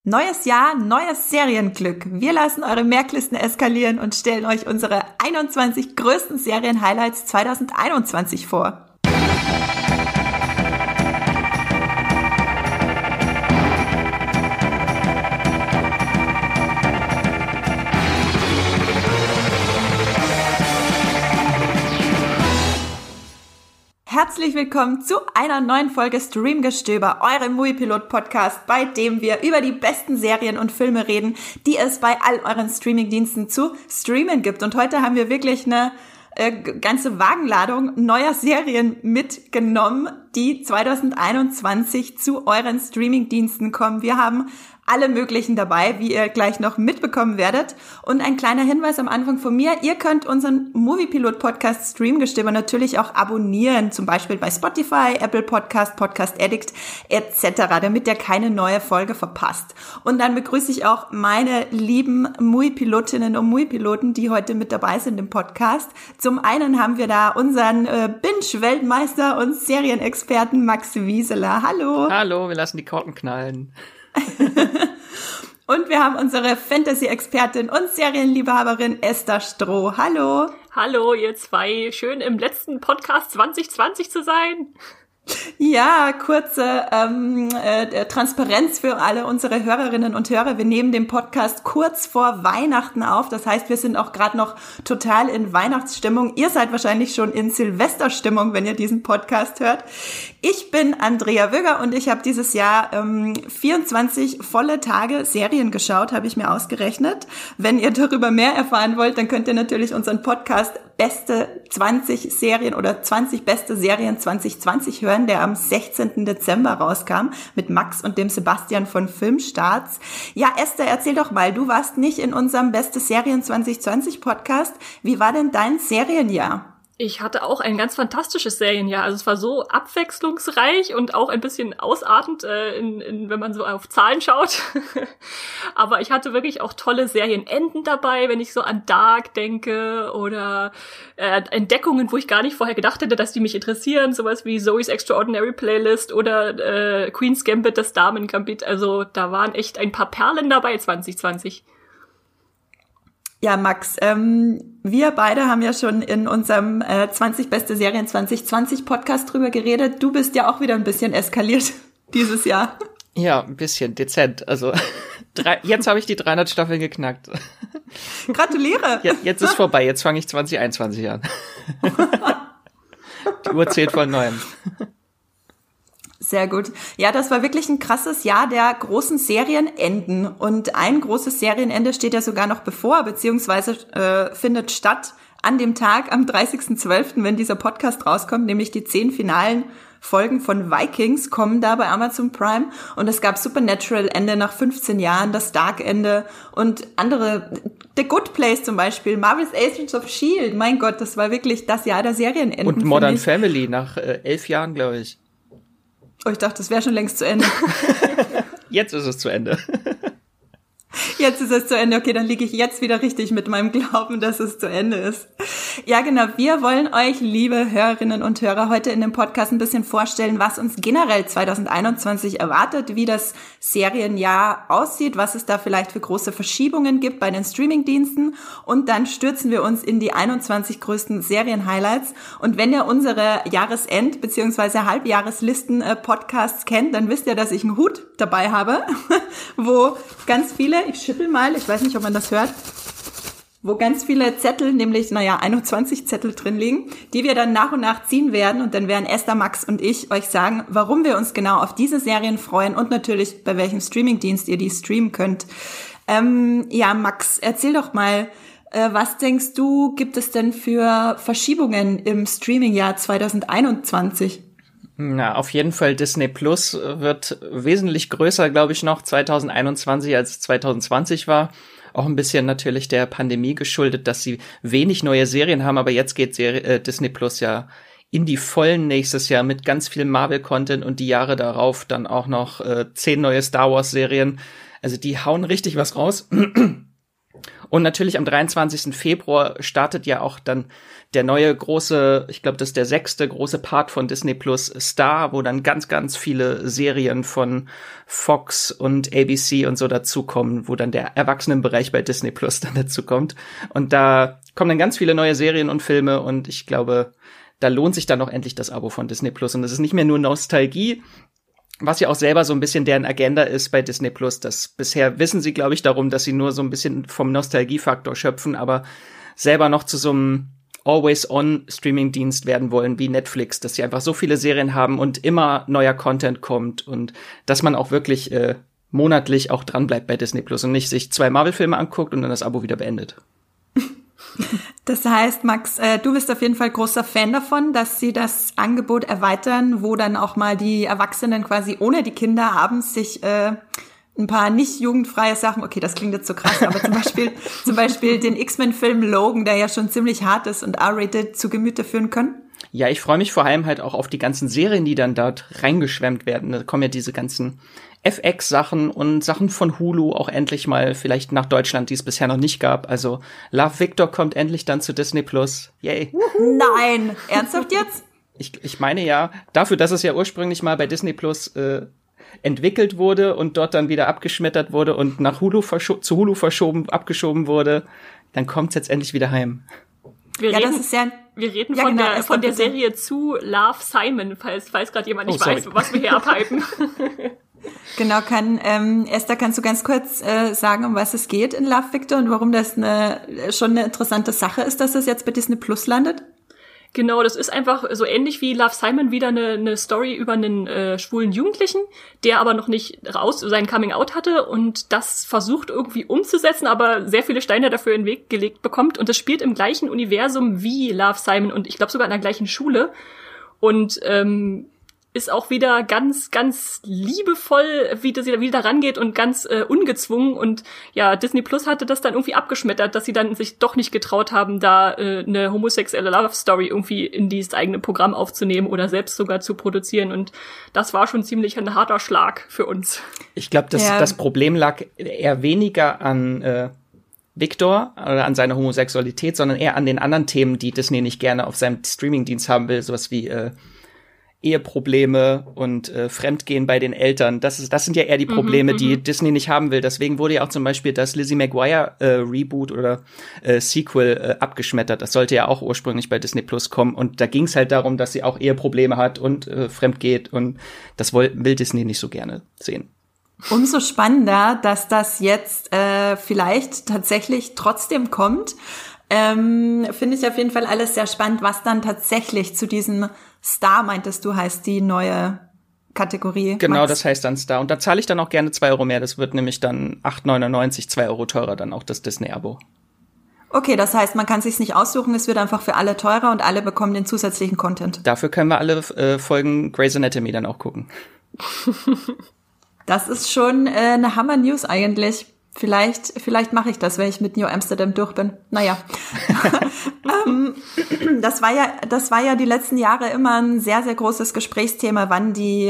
Neues Jahr, neues Serienglück. Wir lassen eure Merklisten eskalieren und stellen euch unsere 21 größten Serien-Highlights 2021 vor. Herzlich willkommen zu einer neuen Folge Streamgestöber, eurem Moviepilot-Podcast, bei dem wir über die besten Serien und Filme reden, die es bei all euren Streamingdiensten zu streamen gibt. Und heute haben wir wirklich eine ganze Wagenladung neuer Serien mitgenommen, die 2021 zu euren Streamingdiensten kommen. Wir haben alle möglichen dabei, wie ihr gleich noch mitbekommen werdet. Und ein kleiner Hinweis am Anfang von mir: Ihr könnt unseren Moviepilot-Podcast Streamgestöber natürlich auch abonnieren, zum Beispiel bei Spotify, Apple Podcast, Podcast Addict etc., damit ihr keine neue Folge verpasst. Und dann begrüße ich auch meine lieben Moviepilotinnen und Moviepiloten, die heute mit dabei sind im Podcast. Zum einen haben wir da unseren Binge-Weltmeister und Serienexperten Max Wieseler. Hallo. Hallo, wir lassen die Korken knallen. Und wir haben unsere Fantasy-Expertin und Serienliebhaberin Esther Stroh. Hallo. Hallo, ihr zwei. Schön im letzten Podcast 2020 zu sein. Ja, kurze Transparenz für alle unsere Hörerinnen und Hörer. Wir nehmen den Podcast kurz vor Weihnachten auf. Das heißt, wir sind auch gerade noch total in Weihnachtsstimmung. Ihr seid wahrscheinlich schon in Silvesterstimmung, wenn ihr diesen Podcast hört. Ich bin Andrea Wöger und ich habe dieses Jahr 24 volle Tage Serien geschaut, habe ich mir ausgerechnet. Wenn ihr darüber mehr erfahren wollt, dann könnt ihr natürlich unseren Podcast Beste 20 Serien oder 20 beste Serien 2020 hören, der am 16. Dezember rauskam mit Max und dem Sebastian von Filmstarts. Ja, Esther, erzähl doch mal, du warst nicht in unserem Beste Serien 2020 Podcast. Wie war denn dein Serienjahr? Ich hatte auch ein ganz fantastisches Serienjahr. Also es war so abwechslungsreich und auch ein bisschen ausartend, wenn man so auf Zahlen schaut. Aber ich hatte wirklich auch tolle Serienenden dabei, wenn ich so an Dark denke oder Entdeckungen, wo ich gar nicht vorher gedacht hätte, dass die mich interessieren. Sowas wie Zoe's Extraordinary Playlist oder Queen's Gambit, das Damen-Gambit. Also da waren echt ein paar Perlen dabei 2020. Ja, Max, wir beide haben ja schon in unserem 20 beste Serien 2020 Podcast drüber geredet. Du bist ja auch wieder ein bisschen eskaliert dieses Jahr. Ja, ein bisschen, dezent. Also jetzt habe ich die 300 Staffeln geknackt. Gratuliere. Jetzt ist vorbei, jetzt fange ich 2021 an. Die Uhr zählt von neuem. Sehr gut. Ja, das war wirklich ein krasses Jahr der großen Serienenden. Und ein großes Serienende steht ja sogar noch bevor, beziehungsweise findet statt an dem Tag, am 30.12., wenn dieser Podcast rauskommt, nämlich die 10 finalen Folgen von Vikings kommen da bei Amazon Prime. Und es gab Supernatural-Ende nach 15 Jahren, das Dark-Ende und andere, The Good Place zum Beispiel, Marvel's Agents of S.H.I.E.L.D. Mein Gott, das war wirklich das Jahr der Serienenden. Und Modern Family nach 11 Jahren, glaube ich. Oh, ich dachte, das wäre schon längst zu Ende. Jetzt ist es zu Ende. Jetzt ist es zu Ende. Okay, dann liege ich jetzt wieder richtig mit meinem Glauben, dass es zu Ende ist. Ja, genau. Wir wollen euch, liebe Hörerinnen und Hörer, heute in dem Podcast ein bisschen vorstellen, was uns generell 2021 erwartet, wie das Serienjahr aussieht, was es da vielleicht für große Verschiebungen gibt bei den Streamingdiensten. Und dann stürzen wir uns in die 21 größten Serien-Highlights. Und wenn ihr unsere Jahresend- bzw. Halbjahreslisten-Podcasts kennt, dann wisst ihr, dass ich einen Hut dabei habe, wo ganz viele, ich schüttel mal, ich weiß nicht, ob man das hört, wo ganz viele Zettel, nämlich, 21 Zettel drin liegen, die wir dann nach und nach ziehen werden. Und dann werden Esther, Max und ich euch sagen, warum wir uns genau auf diese Serien freuen und natürlich, bei welchem Streamingdienst ihr die streamen könnt. Ja, Max, erzähl doch mal, was denkst du, gibt es denn für Verschiebungen im Streamingjahr 2021? Na, auf jeden Fall Disney Plus wird wesentlich größer, glaube ich, noch 2021 als 2020 war. Auch ein bisschen natürlich der Pandemie geschuldet, dass sie wenig neue Serien haben, aber jetzt geht Disney Plus ja in die Vollen nächstes Jahr mit ganz viel Marvel-Content und die Jahre darauf dann auch noch 10 neue Star Wars-Serien. Also die hauen richtig was raus. Und natürlich am 23. Februar startet ja auch dann der neue große, ich glaube, das ist der 6. große Part von Disney Plus, Star, wo dann ganz, ganz viele Serien von Fox und ABC und so dazukommen, wo dann der Erwachsenenbereich bei Disney Plus dann dazukommt. Und da kommen dann ganz viele neue Serien und Filme und ich glaube, da lohnt sich dann auch endlich das Abo von Disney Plus. Und es ist nicht mehr nur Nostalgie, was ja auch selber so ein bisschen deren Agenda ist bei Disney Plus. Das bisher wissen sie, glaube ich, darum, dass sie nur so ein bisschen vom Nostalgiefaktor schöpfen, aber selber noch zu so einem Always-on-Streaming-Dienst werden wollen wie Netflix, dass sie einfach so viele Serien haben und immer neuer Content kommt und dass man auch wirklich monatlich auch dran bleibt bei Disney Plus und nicht sich 2 Marvel-Filme anguckt und dann das Abo wieder beendet. Das heißt, Max, du bist auf jeden Fall großer Fan davon, dass sie das Angebot erweitern, wo dann auch mal die Erwachsenen quasi ohne die Kinder abends sich ein paar nicht jugendfreie Sachen, okay, das klingt jetzt so krass, aber zum Beispiel den X-Men-Film Logan, der ja schon ziemlich hart ist und R-rated, zu Gemüte führen können? Ja, ich freue mich vor allem halt auch auf die ganzen Serien, die dann dort reingeschwemmt werden. Da kommen ja diese ganzen FX-Sachen und Sachen von Hulu auch endlich mal vielleicht nach Deutschland, die es bisher noch nicht gab. Also Love, Victor kommt endlich dann zu Disney Plus. Yay. Nein, ernsthaft jetzt? Ich meine ja, dafür, dass es ja ursprünglich mal bei Disney Plus entwickelt wurde und dort dann wieder abgeschmettert wurde und nach Hulu zu Hulu abgeschoben wurde, dann kommt's jetzt endlich wieder heim. Wir reden von der Serie zu Love, Simon, falls gerade jemand nicht weiß, was wir hier abhypen. Genau, Esther, kannst du ganz kurz sagen, um was es geht in Love, Victor und warum das schon eine interessante Sache ist, dass es jetzt bei Disney Plus landet? Genau, das ist einfach so ähnlich wie Love, Simon wieder eine Story über einen schwulen Jugendlichen, der aber noch nicht sein Coming-out hatte und das versucht irgendwie umzusetzen, aber sehr viele Steine dafür in den Weg gelegt bekommt. Und das spielt im gleichen Universum wie Love, Simon und ich glaube sogar in der gleichen Schule. Und ist auch wieder ganz, ganz liebevoll, wie sie da rangeht und ganz ungezwungen. Und ja, Disney Plus hatte das dann irgendwie abgeschmettert, dass sie dann sich doch nicht getraut haben, da eine homosexuelle Love-Story irgendwie in dieses eigene Programm aufzunehmen oder selbst sogar zu produzieren. Und das war schon ziemlich ein harter Schlag für uns. Ich glaube, das Problem lag eher weniger an Victor oder an seiner Homosexualität, sondern eher an den anderen Themen, die Disney nicht gerne auf seinem Streaming-Dienst haben will, sowas wie Eheprobleme und Fremdgehen bei den Eltern. Das sind ja eher die Probleme, die Disney nicht haben will. Deswegen wurde ja auch zum Beispiel das Lizzie McGuire Reboot oder Sequel abgeschmettert. Das sollte ja auch ursprünglich bei Disney Plus kommen. Und da ging es halt darum, dass sie auch Eheprobleme hat und fremdgeht. Und das will Disney nicht so gerne sehen. Umso spannender, dass das jetzt vielleicht tatsächlich trotzdem kommt. Finde ich auf jeden Fall alles sehr spannend, was dann tatsächlich zu diesem Star, meintest du, heißt die neue Kategorie. Genau, Max? das heißt dann Star. Und da zahle ich dann auch gerne 2 Euro mehr. Das wird nämlich dann 8,99, 2 Euro teurer, dann auch das Disney-Abo. Okay, das heißt, man kann sich's nicht aussuchen, es wird einfach für alle teurer und alle bekommen den zusätzlichen Content. Dafür können wir alle Folgen Grey's Anatomy dann auch gucken. Das ist schon eine Hammer-News eigentlich. Vielleicht mache ich das, wenn ich mit New Amsterdam durch bin. Naja. Das war ja die letzten Jahre immer ein sehr, sehr großes Gesprächsthema, wann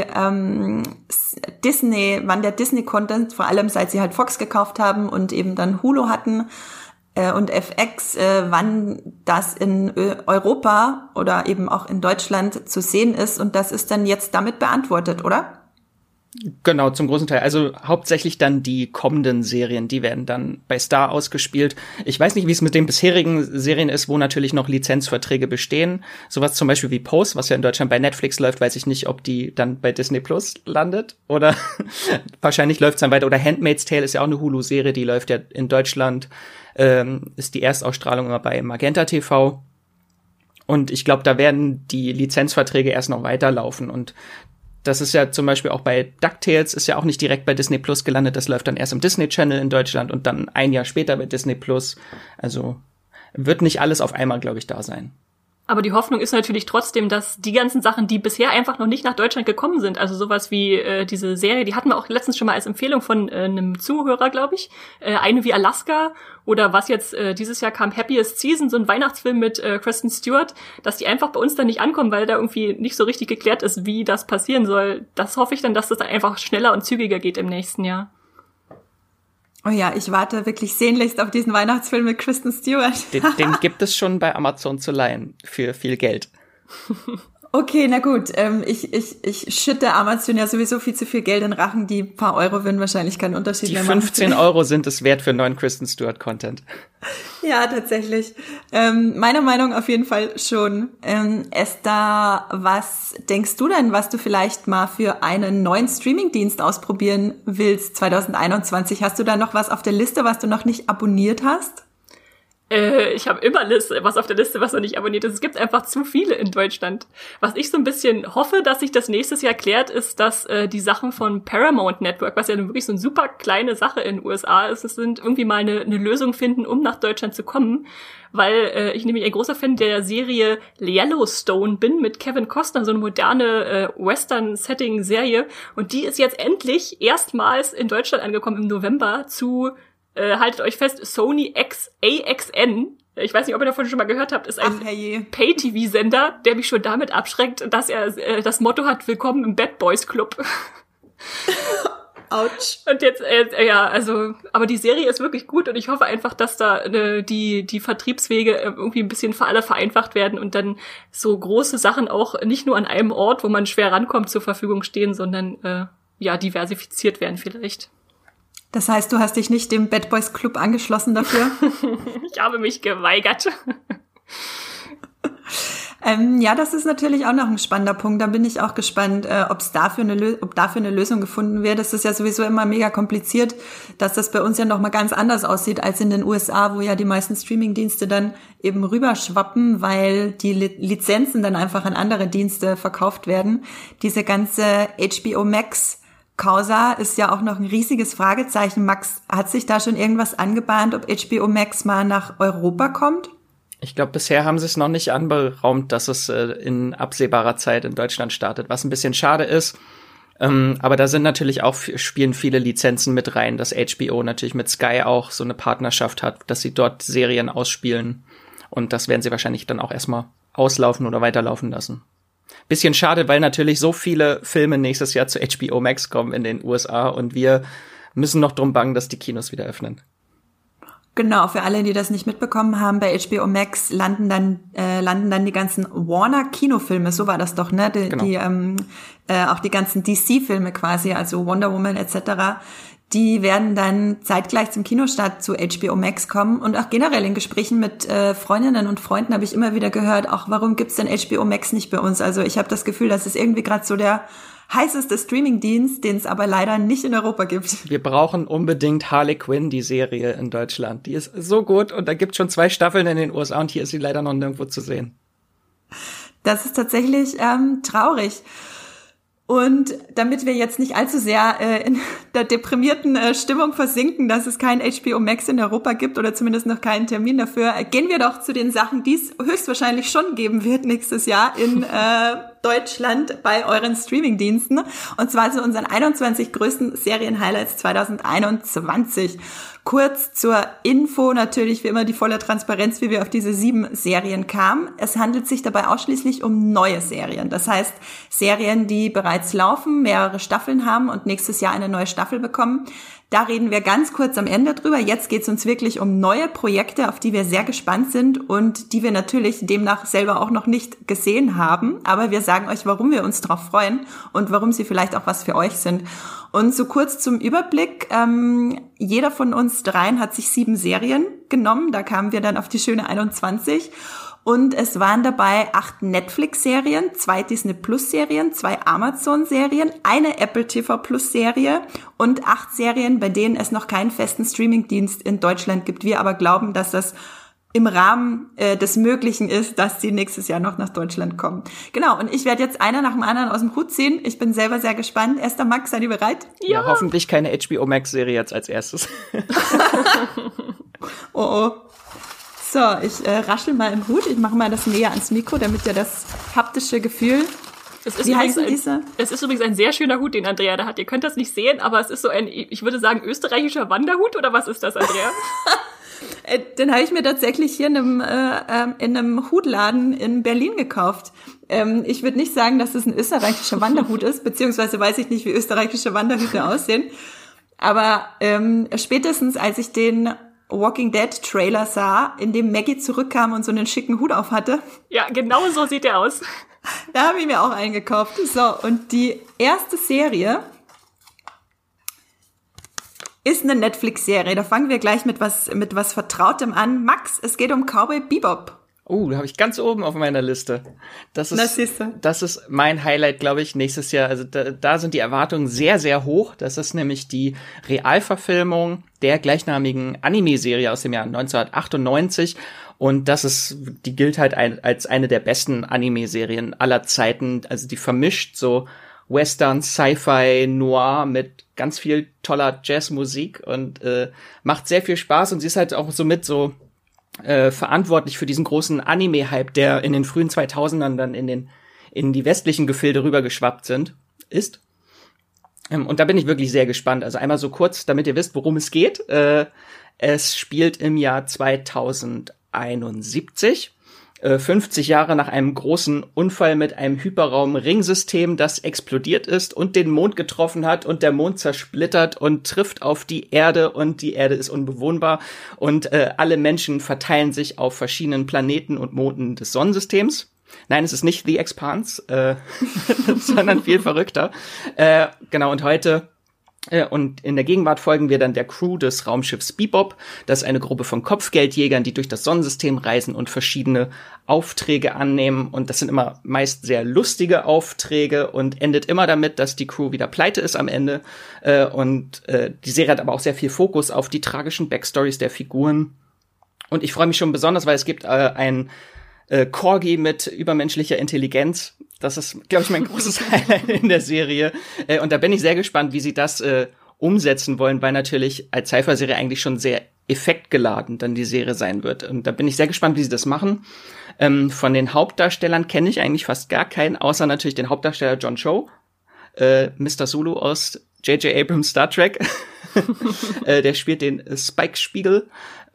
der Disney-Content, vor allem seit sie halt Fox gekauft haben und eben dann Hulu hatten und FX, wann das in Europa oder eben auch in Deutschland zu sehen ist. Und das ist dann jetzt damit beantwortet, oder? Genau, zum großen Teil. Also hauptsächlich dann die kommenden Serien, die werden dann bei Star ausgespielt. Ich weiß nicht, wie es mit den bisherigen Serien ist, wo natürlich noch Lizenzverträge bestehen. Sowas zum Beispiel wie Pose, was ja in Deutschland bei Netflix läuft, weiß ich nicht, ob die dann bei Disney Plus landet oder wahrscheinlich läuft es dann weiter. Oder Handmaid's Tale ist ja auch eine Hulu-Serie, die läuft ja in Deutschland, ist die Erstausstrahlung immer bei Magenta TV. Und ich glaube, da werden die Lizenzverträge erst noch weiterlaufen und das ist ja zum Beispiel auch bei DuckTales, ist ja auch nicht direkt bei Disney Plus gelandet. Das läuft dann erst im Disney Channel in Deutschland und dann ein Jahr später bei Disney Plus. Also wird nicht alles auf einmal, glaube ich, da sein. Aber die Hoffnung ist natürlich trotzdem, dass die ganzen Sachen, die bisher einfach noch nicht nach Deutschland gekommen sind, also sowas wie diese Serie, die hatten wir auch letztens schon mal als Empfehlung von einem Zuhörer, glaube ich, eine wie Alaska oder was jetzt dieses Jahr kam, Happiest Season, so ein Weihnachtsfilm mit Kristen Stewart, dass die einfach bei uns dann nicht ankommen, weil da irgendwie nicht so richtig geklärt ist, wie das passieren soll. Das hoffe ich dann, dass das dann einfach schneller und zügiger geht im nächsten Jahr. Oh ja, ich warte wirklich sehnlichst auf diesen Weihnachtsfilm mit Kristen Stewart. Den gibt es schon bei Amazon zu leihen für viel Geld. Okay, na gut. Ich schütte Amazon ja sowieso viel zu viel Geld in Rachen. Die paar Euro würden wahrscheinlich keinen Unterschied mehr machen. Die 15 Euro sind es wert für neuen Kristen Stewart-Content. Ja, tatsächlich. Meiner Meinung auf jeden Fall schon. Esther, was denkst du denn, was du vielleicht mal für einen neuen Streamingdienst ausprobieren willst 2021? Hast du da noch was auf der Liste, was du noch nicht abonniert hast? Ich habe immer was auf der Liste, was noch nicht abonniert ist. Es gibt einfach zu viele in Deutschland. Was ich so ein bisschen hoffe, dass sich das nächstes Jahr klärt, ist, dass die Sachen von Paramount Network, was ja wirklich so eine super kleine Sache in den USA ist, es sind irgendwie mal eine Lösung finden, um nach Deutschland zu kommen. Weil ich nämlich ein großer Fan der Serie Yellowstone bin, mit Kevin Costner, so eine moderne Western-Setting-Serie. Und die ist jetzt endlich erstmals in Deutschland angekommen im November zu haltet euch fest, Sony AXN, ich weiß nicht, ob ihr davon schon mal gehört habt, ist ein Pay-TV-Sender, der mich schon damit abschreckt, dass er das Motto hat, willkommen im Bad Boys Club. Autsch. Und jetzt, aber die Serie ist wirklich gut und ich hoffe einfach, dass da die Vertriebswege irgendwie ein bisschen für alle vereinfacht werden und dann so große Sachen auch nicht nur an einem Ort, wo man schwer rankommt, zur Verfügung stehen, sondern diversifiziert werden vielleicht. Das heißt, du hast dich nicht dem Bad Boys Club angeschlossen dafür? Ich habe mich geweigert. Ja, das ist natürlich auch noch ein spannender Punkt. Da bin ich auch gespannt, ob dafür eine Lösung gefunden wird. Das ist ja sowieso immer mega kompliziert, dass das bei uns ja noch mal ganz anders aussieht als in den USA, wo ja die meisten Streamingdienste dann eben rüberschwappen, weil die Lizenzen dann einfach an andere Dienste verkauft werden. Diese ganze HBO Max Causa ist ja auch noch ein riesiges Fragezeichen. Max, hat sich da schon irgendwas angebahnt, ob HBO Max mal nach Europa kommt? Ich glaube, bisher haben sie es noch nicht anberaumt, dass es in absehbarer Zeit in Deutschland startet, was ein bisschen schade ist. Aber da sind natürlich auch, spielen viele Lizenzen mit rein, dass HBO natürlich mit Sky auch so eine Partnerschaft hat, dass sie dort Serien ausspielen. Und das werden sie wahrscheinlich dann auch erstmal auslaufen oder weiterlaufen lassen. Bisschen schade, weil natürlich so viele Filme nächstes Jahr zu HBO Max kommen in den USA und wir müssen noch drum bangen, dass die Kinos wieder öffnen. Genau, für alle, die das nicht mitbekommen haben, bei HBO Max landen dann die ganzen Warner-Kinofilme, so war das doch, ne? Genau. Auch die ganzen DC-Filme quasi, also Wonder Woman etc., die werden dann zeitgleich zum Kinostart zu HBO Max kommen. Und auch generell in Gesprächen mit Freundinnen und Freunden habe ich immer wieder gehört, auch warum gibt's denn HBO Max nicht bei uns? Also ich habe das Gefühl, das ist irgendwie gerade so der heißeste Streamingdienst, den es aber leider nicht in Europa gibt. Wir brauchen unbedingt Harley Quinn, die Serie in Deutschland. Die ist so gut und da gibt's schon 2 Staffeln in den USA und hier ist sie leider noch nirgendwo zu sehen. Das ist tatsächlich traurig. Und damit wir jetzt nicht allzu sehr in der deprimierten Stimmung versinken, dass es kein HBO Max in Europa gibt oder zumindest noch keinen Termin dafür, gehen wir doch zu den Sachen, die es höchstwahrscheinlich schon geben wird nächstes Jahr in Deutschland bei euren Streamingdiensten. Und zwar zu unseren 21 größten Serien-Highlights 2021. Kurz zur Info, natürlich wie immer die volle Transparenz, wie wir auf diese 7 Serien kamen. Es handelt sich dabei ausschließlich um neue Serien. Das heißt, Serien, die bereits laufen, mehrere Staffeln haben und nächstes Jahr eine neue Staffel bekommen. Da reden wir ganz kurz am Ende drüber. Jetzt geht es uns wirklich um neue Projekte, auf die wir sehr gespannt sind und die wir natürlich demnach selber auch noch nicht gesehen haben. Aber wir sagen euch, warum wir uns darauf freuen und warum sie vielleicht auch was für euch sind. Und so kurz zum Überblick. Jeder von uns dreien hat sich 7 Serien genommen. Da kamen wir dann auf die schöne 21. Und es waren dabei 8 Netflix-Serien, 2 Disney-Plus-Serien, 2 Amazon-Serien, eine Apple TV-Plus-Serie und 8 Serien, bei denen es noch keinen festen Streamingdienst in Deutschland gibt. Wir aber glauben, dass das im Rahmen des Möglichen ist, dass sie nächstes Jahr noch nach Deutschland kommen. Genau, und ich werde jetzt einer nach dem anderen aus dem Hut ziehen. Ich bin selber sehr gespannt. Esther, Max, seid ihr bereit? Ja, hoffentlich keine HBO Max-Serie jetzt als erstes. Oh. So, ich raschel mal im Hut. Ich mache mal das näher ans Mikro, damit ihr das haptische Gefühl... Es ist übrigens ein sehr schöner Hut, den Andrea da hat. Ihr könnt das nicht sehen, aber es ist so ein, ich würde sagen, österreichischer Wanderhut, oder was ist das, Andrea? Den habe ich mir tatsächlich hier in einem Hutladen in Berlin gekauft. Ich würde nicht sagen, dass es ein österreichischer Wanderhut ist, beziehungsweise weiß ich nicht, wie österreichische Wanderhüte aussehen. Aber spätestens, als ich den Walking Dead Trailer sah, in dem Maggie zurückkam und so einen schicken Hut auf hatte. Ja, genau so sieht er aus. Da habe ich mir auch eingekauft. So, und die erste Serie ist eine Netflix-Serie. Da fangen wir gleich mit was Vertrautem an. Max, es geht um Cowboy Bebop. Oh, da habe ich ganz oben auf meiner Liste. Das ist mein Highlight, glaube ich, nächstes Jahr. Also da sind die Erwartungen sehr, sehr hoch. Das ist nämlich die Realverfilmung der gleichnamigen Anime-Serie aus dem Jahr 1998. Und die gilt halt als eine der besten Anime-Serien aller Zeiten. Also die vermischt so Western, Sci-Fi, Noir mit ganz viel toller Jazzmusik und macht sehr viel Spaß. Und sie ist halt auch verantwortlich für diesen großen Anime-Hype, der in den frühen 2000ern dann in die westlichen Gefilde rübergeschwappt ist. Und da bin ich wirklich sehr gespannt. Also einmal so kurz, damit ihr wisst, worum es geht. Es spielt im Jahr 2071. 50 Jahre nach einem großen Unfall mit einem Hyperraum-Ringsystem, das explodiert ist und den Mond getroffen hat und der Mond zersplittert und trifft auf die Erde und die Erde ist unbewohnbar und alle Menschen verteilen sich auf verschiedenen Planeten und Monden des Sonnensystems. Nein, es ist nicht The Expanse, sondern viel verrückter. Genau, und heute und in der Gegenwart folgen wir dann der Crew des Raumschiffs Bebop. Das ist eine Gruppe von Kopfgeldjägern, die durch das Sonnensystem reisen und verschiedene Aufträge annehmen. Und das sind immer meist sehr lustige Aufträge und endet immer damit, dass die Crew wieder pleite ist am Ende. Die Serie hat aber auch sehr viel Fokus auf die tragischen Backstories der Figuren. Und ich freue mich schon besonders, weil es gibt ein Corgi mit übermenschlicher Intelligenz. Das ist, glaube ich, mein großes Highlight in der Serie. Und da bin ich sehr gespannt, wie sie das umsetzen wollen, weil natürlich als Sci-Fi-Serie eigentlich schon sehr effektgeladen dann die Serie sein wird. Und da bin ich sehr gespannt, wie sie das machen. Von den Hauptdarstellern kenne ich eigentlich fast gar keinen, außer natürlich den Hauptdarsteller John Cho, Mr. Zulu aus J.J. Abrams Star Trek. Der spielt den Spike Spiegel.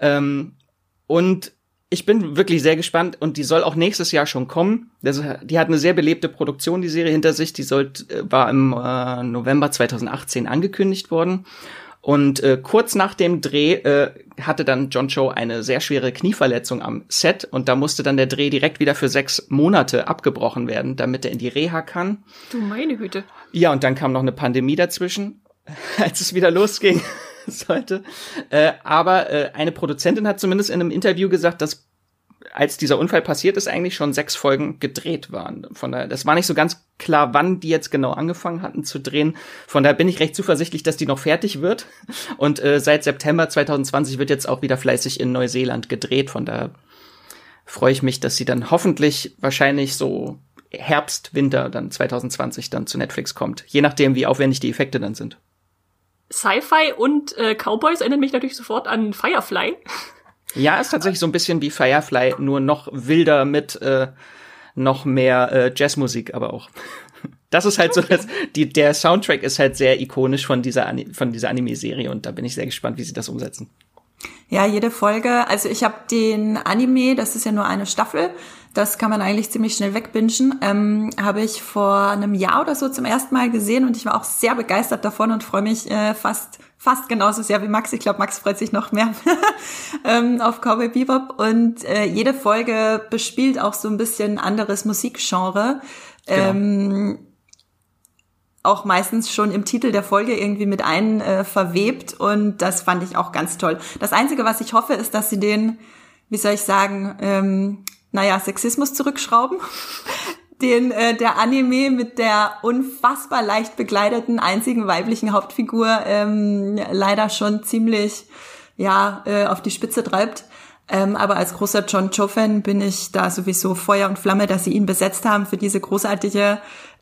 Und ich bin wirklich sehr gespannt und die soll auch nächstes Jahr schon kommen. Die hat eine sehr belebte Produktion, die Serie hinter sich. Die war im November 2018 angekündigt worden. Und kurz nach dem Dreh hatte dann John Cho eine sehr schwere Knieverletzung am Set. Und da musste dann der Dreh direkt wieder für 6 Monate abgebrochen werden, damit er in die Reha kann. Du meine Güte. Ja, und dann kam noch eine Pandemie dazwischen, als es wieder losging. sollte. Aber eine Produzentin hat zumindest in einem Interview gesagt, dass als dieser Unfall passiert ist, eigentlich schon 6 Folgen gedreht waren. Von daher, das war nicht so ganz klar, wann die jetzt genau angefangen hatten zu drehen. Von daher bin ich recht zuversichtlich, dass die noch fertig wird. Und seit September 2020 wird jetzt auch wieder fleißig in Neuseeland gedreht. Von daher freue ich mich, dass sie dann hoffentlich wahrscheinlich so Herbst, Winter dann 2020 dann zu Netflix kommt. Je nachdem, wie aufwendig die Effekte dann sind. Sci-Fi und Cowboys erinnern mich natürlich sofort an Firefly. Ja, ist tatsächlich so ein bisschen wie Firefly, nur noch wilder mit noch mehr Jazzmusik, aber auch. Das ist halt okay. So, der Soundtrack ist halt sehr ikonisch von dieser Anime-Serie und da bin ich sehr gespannt, wie sie das umsetzen. Ja, jede Folge, also ich habe den Anime, das ist ja nur eine Staffel, das kann man eigentlich ziemlich schnell wegbingen, habe ich vor einem Jahr oder so zum ersten Mal gesehen und ich war auch sehr begeistert davon und freue mich fast genauso sehr wie Max. Ich glaube, Max freut sich noch mehr auf Cowboy Bebop und jede Folge bespielt auch so ein bisschen anderes Musikgenre. Genau. Auch meistens schon im Titel der Folge irgendwie mit verwebt und das fand ich auch ganz toll. Das Einzige, was ich hoffe, ist, dass sie den, wie soll ich sagen, Sexismus zurückschrauben. Der Anime mit der unfassbar leicht bekleideten einzigen weiblichen Hauptfigur leider schon ziemlich auf die Spitze treibt. Aber als großer John Cho-Fan bin ich da sowieso Feuer und Flamme, dass sie ihn besetzt haben für diese großartige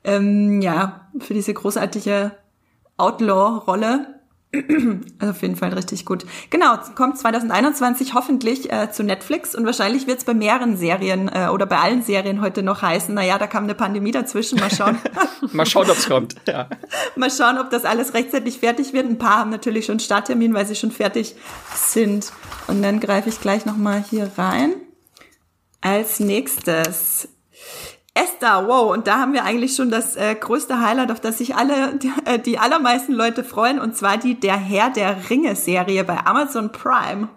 Outlaw-Rolle. Also auf jeden Fall richtig gut. Genau, kommt 2021 hoffentlich zu Netflix und wahrscheinlich wird es bei mehreren Serien oder bei allen Serien heute noch heißen, da kam eine Pandemie dazwischen, mal schauen. Mal schauen, ob es kommt. Ja. Mal schauen, ob das alles rechtzeitig fertig wird. Ein paar haben natürlich schon Starttermin, weil sie schon fertig sind. Und dann greife ich gleich nochmal hier rein. Als nächstes Esther, wow, und da haben wir eigentlich schon das größte Highlight, auf das sich die allermeisten Leute freuen, und zwar die Der Herr der Ringe-Serie bei Amazon Prime.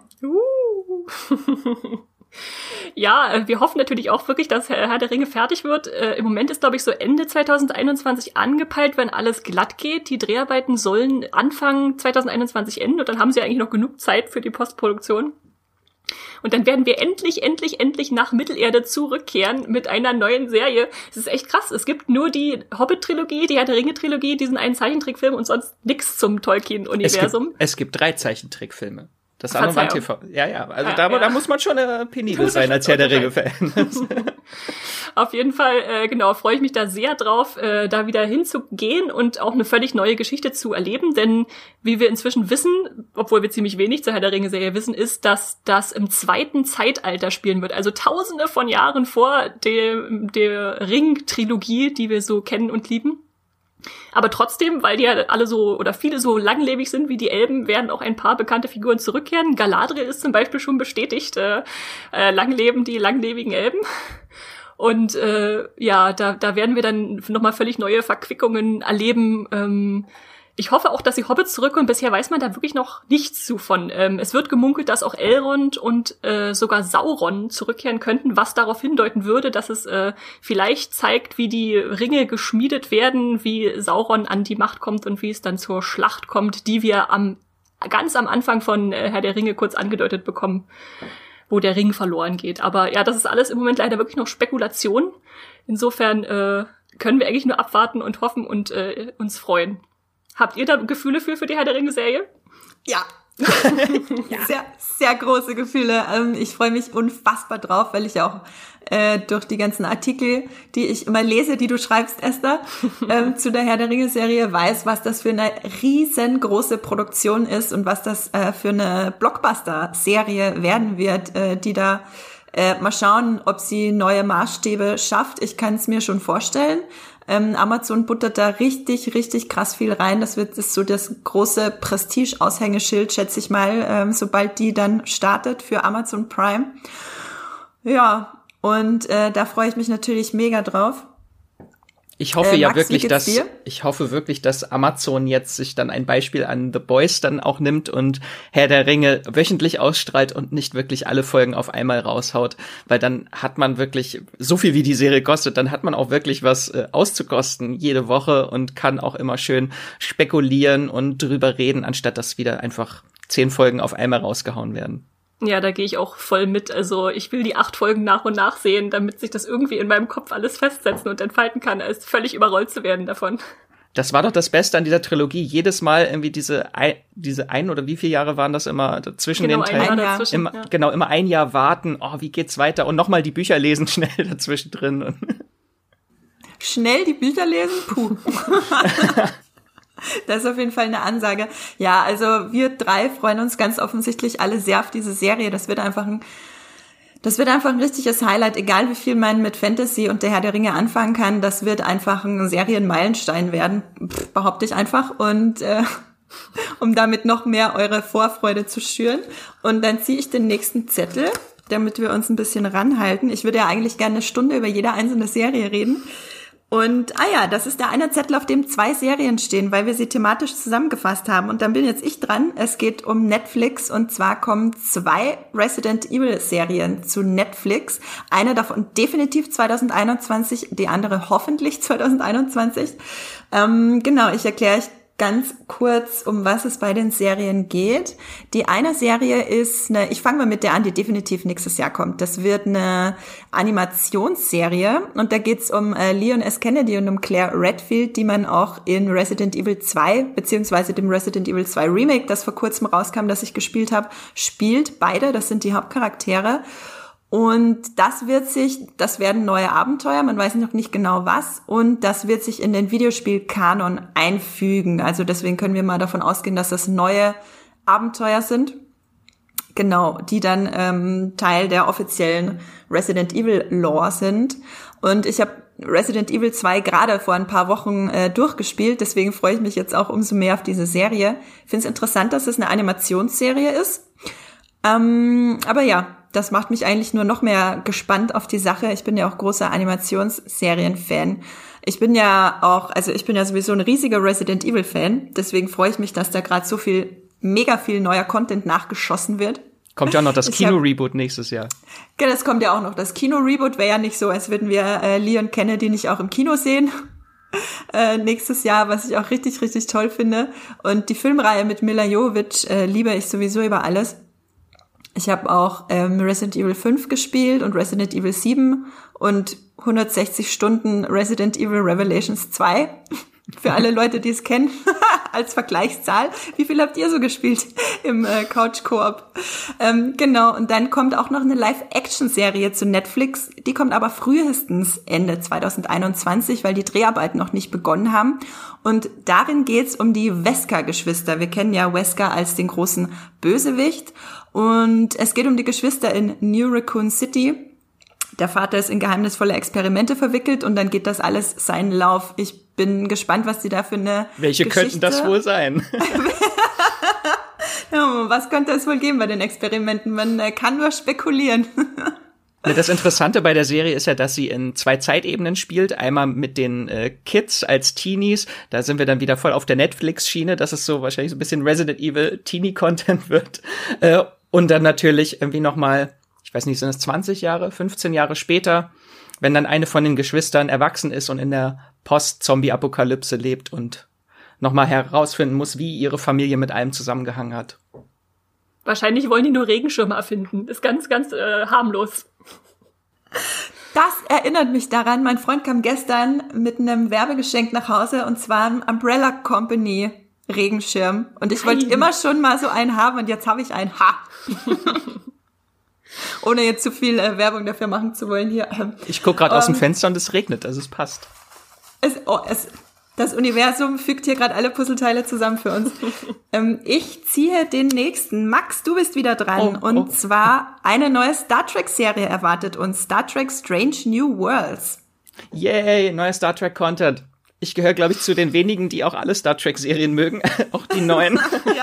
Ja, wir hoffen natürlich auch wirklich, dass Herr der Ringe fertig wird. Im Moment ist, glaube ich, so Ende 2021 angepeilt, wenn alles glatt geht. Die Dreharbeiten sollen Anfang 2021 enden und dann haben sie eigentlich noch genug Zeit für die Postproduktion. Und dann werden wir endlich nach Mittelerde zurückkehren mit einer neuen Serie. Es ist echt krass. Es gibt nur die Hobbit-Trilogie, die Herr der Ringe-Trilogie, diesen einen Zeichentrickfilm und sonst nix zum Tolkien-Universum. Es gibt 3 Zeichentrickfilme. Das andere war TV. Ja. Also da muss man schon penibel sein als Herr der Ringe-Fan. Auf jeden Fall, freue ich mich da sehr drauf, da wieder hinzugehen und auch eine völlig neue Geschichte zu erleben. Denn wie wir inzwischen wissen, obwohl wir ziemlich wenig zur Herr der Ringe-Serie wissen, ist, dass das im 2. Zeitalter spielen wird. Also tausende von Jahren vor der Ring-Trilogie, die wir so kennen und lieben. Aber trotzdem, weil die ja alle so oder viele so langlebig sind wie die Elben, werden auch ein paar bekannte Figuren zurückkehren. Galadriel ist zum Beispiel schon bestätigt. Lang leben die langlebigen Elben. Und da werden wir dann nochmal völlig neue Verquickungen erleben. Ich hoffe auch, dass die Hobbits zurückkommen. Bisher weiß man da wirklich noch nichts von. Es wird gemunkelt, dass auch Elrond und sogar Sauron zurückkehren könnten, was darauf hindeuten würde, dass es vielleicht zeigt, wie die Ringe geschmiedet werden, wie Sauron an die Macht kommt und wie es dann zur Schlacht kommt, die wir ganz am Anfang von Herr der Ringe kurz angedeutet bekommen, wo der Ring verloren geht. Aber ja, das ist alles im Moment leider wirklich noch Spekulation. Insofern können wir eigentlich nur abwarten und hoffen und uns freuen. Habt ihr da Gefühle für die Herr der Ringe-Serie? Ja. Sehr, sehr große Gefühle. Ich freue mich unfassbar drauf, weil ich ja auch durch die ganzen Artikel, die ich immer lese, die du schreibst, Esther, zu der Herr der Ringe-Serie weiß, was das für eine riesengroße Produktion ist und was das für eine Blockbuster-Serie werden wird, die da mal schauen, ob sie neue Maßstäbe schafft. Ich kann es mir schon vorstellen. Amazon buttert da richtig, richtig krass viel rein. Das ist so das große Prestige-Aushängeschild, schätze ich mal, sobald die dann startet für Amazon Prime. Ja, und da freue ich mich natürlich mega drauf. Ich hoffe ich hoffe wirklich, dass Amazon jetzt sich dann ein Beispiel an The Boys dann auch nimmt und Herr der Ringe wöchentlich ausstrahlt und nicht wirklich alle Folgen auf einmal raushaut, weil dann hat man wirklich so viel, wie die Serie kostet, dann hat man auch wirklich was auszukosten jede Woche und kann auch immer schön spekulieren und drüber reden, anstatt dass wieder einfach 10 Folgen auf einmal rausgehauen werden. Ja, da gehe ich auch voll mit. Also ich will die 8 Folgen nach und nach sehen, damit sich das irgendwie in meinem Kopf alles festsetzen und entfalten kann, als völlig überrollt zu werden davon. Das war doch das Beste an dieser Trilogie. Jedes Mal irgendwie diese ein oder wie viele Jahre waren das immer zwischen den Teilen? Immer ein Jahr warten. Oh, wie geht's weiter? Und nochmal die Bücher lesen schnell dazwischen drin. Schnell die Bücher lesen? Puh. Das ist auf jeden Fall eine Ansage. Ja, also wir 3 freuen uns ganz offensichtlich alle sehr auf diese Serie. Das wird einfach ein richtiges Highlight, egal wie viel man mit Fantasy und der Herr der Ringe anfangen kann. Das wird einfach ein Serienmeilenstein werden, behaupte ich einfach. Und um damit noch mehr eure Vorfreude zu schüren. Und dann ziehe ich den nächsten Zettel, damit wir uns ein bisschen ranhalten. Ich würde ja eigentlich gerne 1 Stunde über jede einzelne Serie reden. Und, das ist der eine Zettel, auf dem 2 Serien stehen, weil wir sie thematisch zusammengefasst haben. Und dann bin jetzt ich dran. Es geht um Netflix und zwar kommen 2 Resident Evil Serien zu Netflix. Eine davon definitiv 2021, die andere hoffentlich 2021. Ich erkläre euch ganz kurz, um was es bei den Serien geht. Die eine Serie ist ich fange mal mit der an, die definitiv nächstes Jahr kommt. Das wird eine Animationsserie und da geht's um Leon S. Kennedy und um Claire Redfield, die man auch in Resident Evil 2 beziehungsweise dem Resident Evil 2 Remake, das vor kurzem rauskam, das ich gespielt habe, spielt. Beide, das sind die Hauptcharaktere. Und das werden neue Abenteuer, man weiß noch nicht genau was, und das wird sich in den Videospielkanon einfügen. Also deswegen können wir mal davon ausgehen, dass das neue Abenteuer sind. Genau, die dann Teil der offiziellen Resident Evil Lore sind. Und ich habe Resident Evil 2 gerade vor ein paar Wochen durchgespielt, deswegen freue ich mich jetzt auch umso mehr auf diese Serie. Ich finde es interessant, dass es eine Animationsserie ist. Aber ja, das macht mich eigentlich nur noch mehr gespannt auf die Sache. Ich bin ja auch großer Animationsserien-Fan. Ich bin ja sowieso ein riesiger Resident Evil-Fan. Deswegen freue ich mich, dass da gerade so mega viel neuer Content nachgeschossen wird. Kommt ja auch noch das Kino-Reboot nächstes Jahr. Genau, das kommt ja auch noch. Das Kino-Reboot wäre ja nicht so, als würden wir Leon Kennedy nicht auch im Kino sehen. Nächstes Jahr, was ich auch richtig, richtig toll finde. Und die Filmreihe mit Milla Jovovich liebe ich sowieso über alles. Ich habe auch Resident Evil 5 gespielt und Resident Evil 7 und 160 Stunden Resident Evil Revelations 2. Für alle Leute, die es kennen, als Vergleichszahl. Wie viel habt ihr so gespielt im Couch-Koop? Genau, und dann kommt auch noch eine Live-Action-Serie zu Netflix. Die kommt aber frühestens Ende 2021, weil die Dreharbeiten noch nicht begonnen haben. Und darin geht's um die Wesker-Geschwister. Wir kennen ja Wesker als den großen Bösewicht. Und es geht um die Geschwister in New Raccoon City. Der Vater ist in geheimnisvolle Experimente verwickelt und dann geht das alles seinen Lauf. Ich bin gespannt, was die da für eine Welche Geschichte... könnten das wohl sein? Ja, was könnte es wohl geben bei den Experimenten? Man kann nur spekulieren. Das Interessante bei der Serie ist ja, dass sie in 2 Zeitebenen spielt. Einmal mit den Kids als Teenies. Da sind wir dann wieder voll auf der Netflix-Schiene, dass es so wahrscheinlich so ein bisschen Resident Evil Teenie-Content wird. Und dann natürlich irgendwie nochmal, ich weiß nicht, sind es 20 Jahre, 15 Jahre später, wenn dann eine von den Geschwistern erwachsen ist und in der Post-Zombie-Apokalypse lebt und nochmal herausfinden muss, wie ihre Familie mit allem zusammengehangen hat. Wahrscheinlich wollen die nur Regenschirme erfinden. Ist ganz, ganz harmlos. Das erinnert mich daran, mein Freund kam gestern mit einem Werbegeschenk nach Hause und zwar ein Umbrella Company Regenschirm. Und ich wollte immer schon mal so einen haben und jetzt habe ich einen. Ha! Ohne jetzt zu viel Werbung dafür machen zu wollen hier. Ich gucke gerade aus dem Fenster und es regnet, also es passt. Das Universum fügt hier gerade alle Puzzleteile zusammen für uns. Ich ziehe den nächsten. Max, du bist wieder dran. Und zwar eine neue Star Trek-Serie erwartet uns. Star Trek Strange New Worlds. Yay, neuer Star Trek-Content. Ich gehöre, glaube ich, zu den wenigen, die auch alle Star Trek-Serien mögen. Auch die neuen.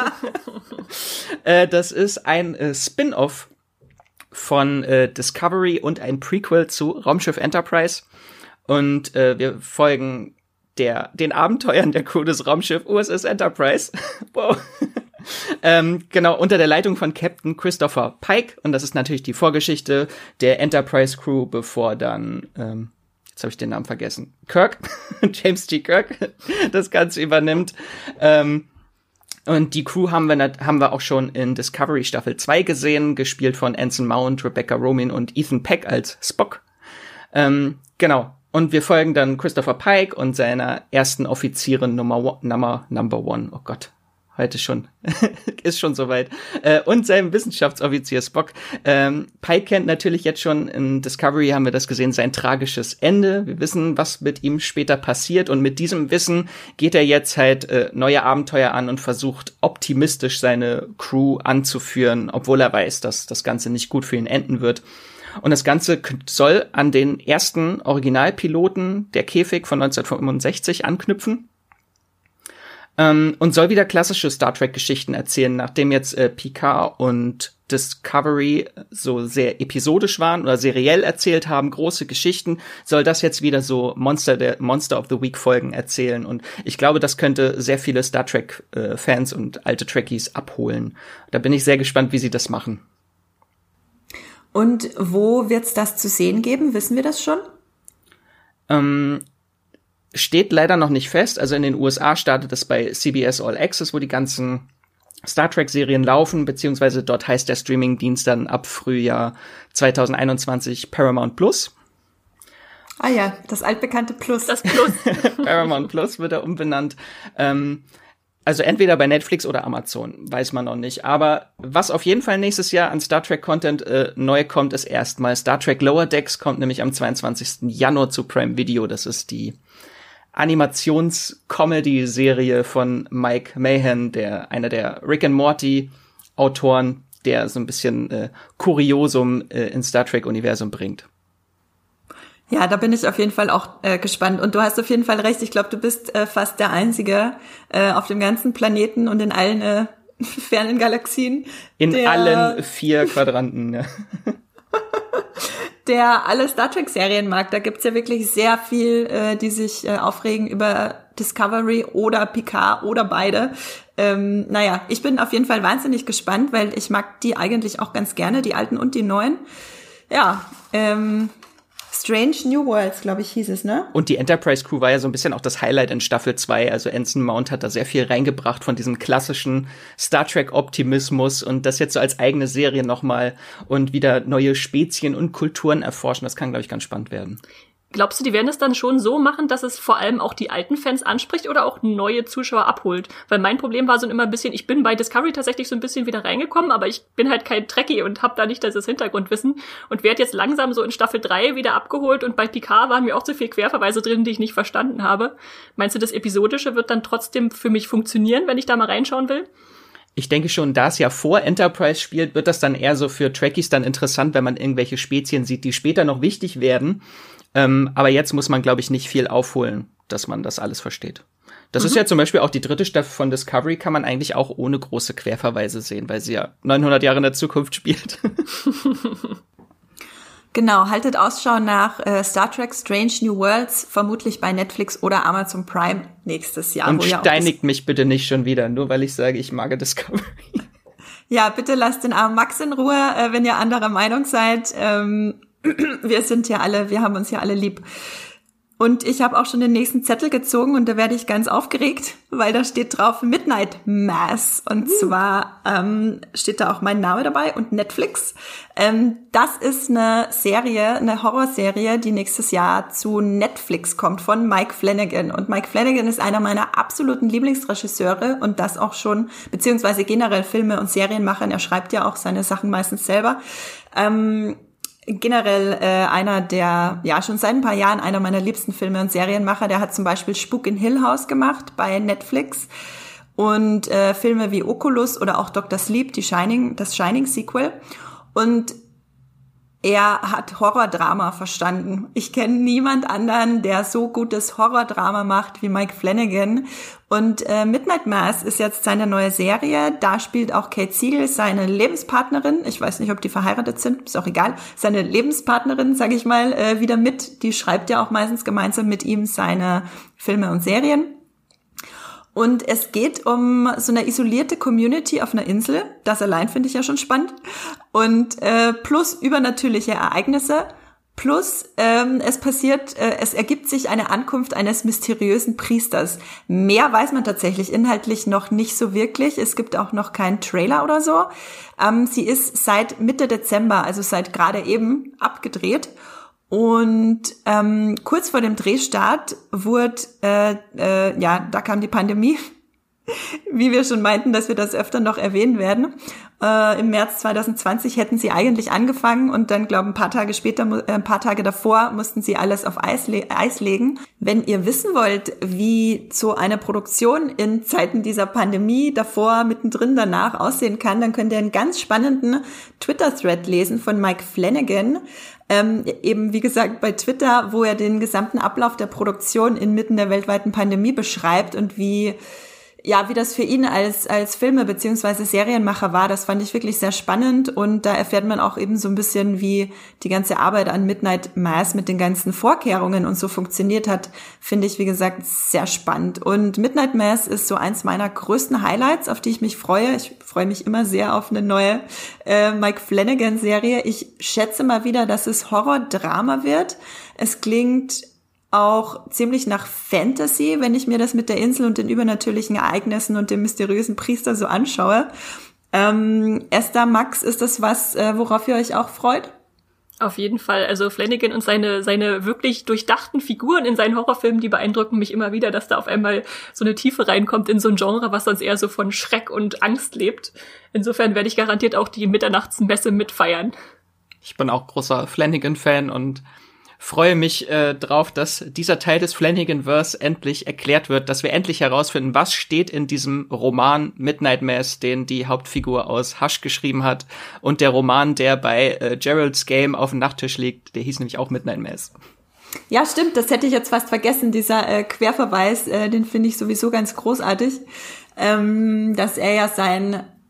Ja. Das ist ein Spin-off von Discovery und ein Prequel zu Raumschiff Enterprise. Und wir folgen den Abenteuern der Crew des Raumschiffs USS Enterprise. Wow. Genau, unter der Leitung von Captain Christopher Pike. Und das ist natürlich die Vorgeschichte der Enterprise Crew, bevor dann, jetzt habe ich den Namen vergessen, James T. Kirk, das Ganze übernimmt. Und die Crew haben wir auch schon in Discovery Staffel 2 gesehen, gespielt von Anson Mount, Rebecca Romijn und Ethan Peck als Spock. Genau. Und wir folgen dann Christopher Pike und seiner ersten Offizierin Number One. Oh Gott, heute schon. Ist schon soweit. Und seinem Wissenschaftsoffizier Spock. Pike kennt natürlich jetzt schon, in Discovery haben wir das gesehen, sein tragisches Ende. Wir wissen, was mit ihm später passiert. Und mit diesem Wissen geht er jetzt halt neue Abenteuer an und versucht optimistisch seine Crew anzuführen, obwohl er weiß, dass das Ganze nicht gut für ihn enden wird. Und das Ganze soll an den ersten Originalpiloten der Käfig von 1965 anknüpfen. Und soll wieder klassische Star Trek-Geschichten erzählen, nachdem jetzt Picard und Discovery so sehr episodisch waren oder seriell erzählt haben, große Geschichten, soll das jetzt wieder so Monster of the Week Folgen erzählen. Und ich glaube, das könnte sehr viele Star Trek-Fans und alte Trekkies abholen. Da bin ich sehr gespannt, wie sie das machen. Und wo wird's das zu sehen geben? Wissen wir das schon? Steht leider noch nicht fest. Also in den USA startet es bei CBS All Access, wo die ganzen Star Trek-Serien laufen, beziehungsweise dort heißt der Streaming-Dienst dann ab Frühjahr 2021 Paramount Plus. Ah ja, das altbekannte Plus. Das Plus. Paramount Plus wird er umbenannt. Also entweder bei Netflix oder Amazon, weiß man noch nicht. Aber was auf jeden Fall nächstes Jahr an Star Trek-Content neu kommt, ist erstmal Star Trek Lower Decks, kommt nämlich am 22. Januar zu Prime Video. Das ist die Animations-Comedy-Serie von Mike Mahan, einer der Rick and Morty-Autoren, der so ein bisschen Kuriosum ins Star Trek-Universum bringt. Ja, da bin ich auf jeden Fall auch gespannt. Und du hast auf jeden Fall recht. Ich glaube, du bist fast der Einzige auf dem ganzen Planeten und in allen fernen Galaxien. In allen 4 Quadranten, ja. der alle Star Trek-Serien mag. Da gibt's ja wirklich sehr viel, die sich aufregen über Discovery oder Picard oder beide. Naja, ich bin auf jeden Fall wahnsinnig gespannt, weil ich mag die eigentlich auch ganz gerne, die alten und die neuen. Ja, Strange New Worlds, glaube ich, hieß es, ne? Und die Enterprise Crew war ja so ein bisschen auch das Highlight in Staffel 2. Also Anson Mount hat da sehr viel reingebracht von diesem klassischen Star Trek-Optimismus und das jetzt so als eigene Serie nochmal und wieder neue Spezien und Kulturen erforschen. Das kann, glaube ich, ganz spannend werden. Glaubst du, die werden es dann schon so machen, dass es vor allem auch die alten Fans anspricht oder auch neue Zuschauer abholt? Weil mein Problem war so immer ein bisschen, ich bin bei Discovery tatsächlich so ein bisschen wieder reingekommen, aber ich bin halt kein Trekkie und habe da nicht das Hintergrundwissen und werde jetzt langsam so in Staffel 3 wieder abgeholt und bei Picard waren mir auch so viel Querverweise drin, die ich nicht verstanden habe. Meinst du, das Episodische wird dann trotzdem für mich funktionieren, wenn ich da mal reinschauen will? Ich denke schon, da es ja vor Enterprise spielt, wird das dann eher so für Trekkies dann interessant, wenn man irgendwelche Spezien sieht, die später noch wichtig werden. Aber jetzt muss man, glaube ich, nicht viel aufholen, dass man das alles versteht. Das ist ja zum Beispiel auch die 3. Staffel von Discovery, kann man eigentlich auch ohne große Querverweise sehen, weil sie ja 900 Jahre in der Zukunft spielt. Genau, haltet Ausschau nach Star Trek Strange New Worlds, vermutlich bei Netflix oder Amazon Prime nächstes Jahr. Und steinigt mich bitte nicht schon wieder, nur weil ich sage, ich mag Discovery. Ja, bitte lasst den armen Max in Ruhe, wenn ihr anderer Meinung seid. Wir haben uns ja alle lieb. Und ich habe auch schon den nächsten Zettel gezogen und da werde ich ganz aufgeregt, weil da steht drauf Midnight Mass. Und zwar steht da auch mein Name dabei und Netflix. Das ist eine Serie, eine Horrorserie, die nächstes Jahr zu Netflix kommt von Mike Flanagan. Und Mike Flanagan ist einer meiner absoluten Lieblingsregisseure und das auch schon, beziehungsweise generell Filme und Serienmachern. Er schreibt ja auch seine Sachen meistens selber. Generell einer der, ja schon seit ein paar Jahren einer meiner liebsten Filme und Serienmacher, der hat zum Beispiel Spuk in Hill House gemacht bei Netflix und Filme wie Oculus oder auch Dr. Sleep, das Shining-Sequel und er hat Horrordrama verstanden. Ich kenne niemand anderen, der so gutes Horrordrama macht wie Mike Flanagan. Und Midnight Mass ist jetzt seine neue Serie. Da spielt auch Kate Siegel, seine Lebenspartnerin. Ich weiß nicht, ob die verheiratet sind, ist auch egal. Seine Lebenspartnerin, sage ich mal, wieder mit. Die schreibt ja auch meistens gemeinsam mit ihm seine Filme und Serien. Und es geht um so eine isolierte Community auf einer Insel. Das allein finde ich ja schon spannend. Und plus übernatürliche Ereignisse. Plus es ergibt sich eine Ankunft eines mysteriösen Priesters. Mehr weiß man tatsächlich inhaltlich noch nicht so wirklich. Es gibt auch noch keinen Trailer oder so. Sie ist seit Mitte Dezember, also seit gerade eben, abgedreht. Und kurz vor dem Drehstart da kam die Pandemie, wie wir schon meinten, dass wir das öfter noch erwähnen werden. Im März 2020 hätten sie eigentlich angefangen und dann, glaube ich, ein paar Tage davor mussten sie alles auf Eis legen. Wenn ihr wissen wollt, wie so eine Produktion in Zeiten dieser Pandemie davor, mittendrin, danach aussehen kann, dann könnt ihr einen ganz spannenden Twitter-Thread lesen von Mike Flanagan. Eben, wie gesagt, bei Twitter, wo er den gesamten Ablauf der Produktion inmitten der weltweiten Pandemie beschreibt und wie das für ihn als Filme- bzw. Serienmacher war, das fand ich wirklich sehr spannend und da erfährt man auch eben so ein bisschen, wie die ganze Arbeit an Midnight Mass mit den ganzen Vorkehrungen und so funktioniert hat, finde ich, wie gesagt, sehr spannend. Und Midnight Mass ist so eins meiner größten Highlights, auf die ich mich freue. Ich freue mich immer sehr auf eine neue Mike Flanagan-Serie. Ich schätze mal wieder, dass es Horror-Drama wird. Es klingt auch ziemlich nach Fantasy, wenn ich mir das mit der Insel und den übernatürlichen Ereignissen und dem mysteriösen Priester so anschaue. Esther, Max, ist das was, worauf ihr euch auch freut? Auf jeden Fall. Also Flanagan und seine wirklich durchdachten Figuren in seinen Horrorfilmen, die beeindrucken mich immer wieder, dass da auf einmal so eine Tiefe reinkommt in so ein Genre, was sonst eher so von Schreck und Angst lebt. Insofern werde ich garantiert auch die Mitternachtsmesse mitfeiern. Ich bin auch großer Flanagan-Fan und freue mich drauf, dass dieser Teil des Flanagan-Verse endlich erklärt wird, dass wir endlich herausfinden, was steht in diesem Roman Midnight Mass, den die Hauptfigur aus Hush geschrieben hat, und der Roman, der bei Gerald's Game auf dem Nachttisch liegt, der hieß nämlich auch Midnight Mass. Ja, stimmt, das hätte ich jetzt fast vergessen, dieser Querverweis, den finde ich sowieso ganz großartig, dass er ja sein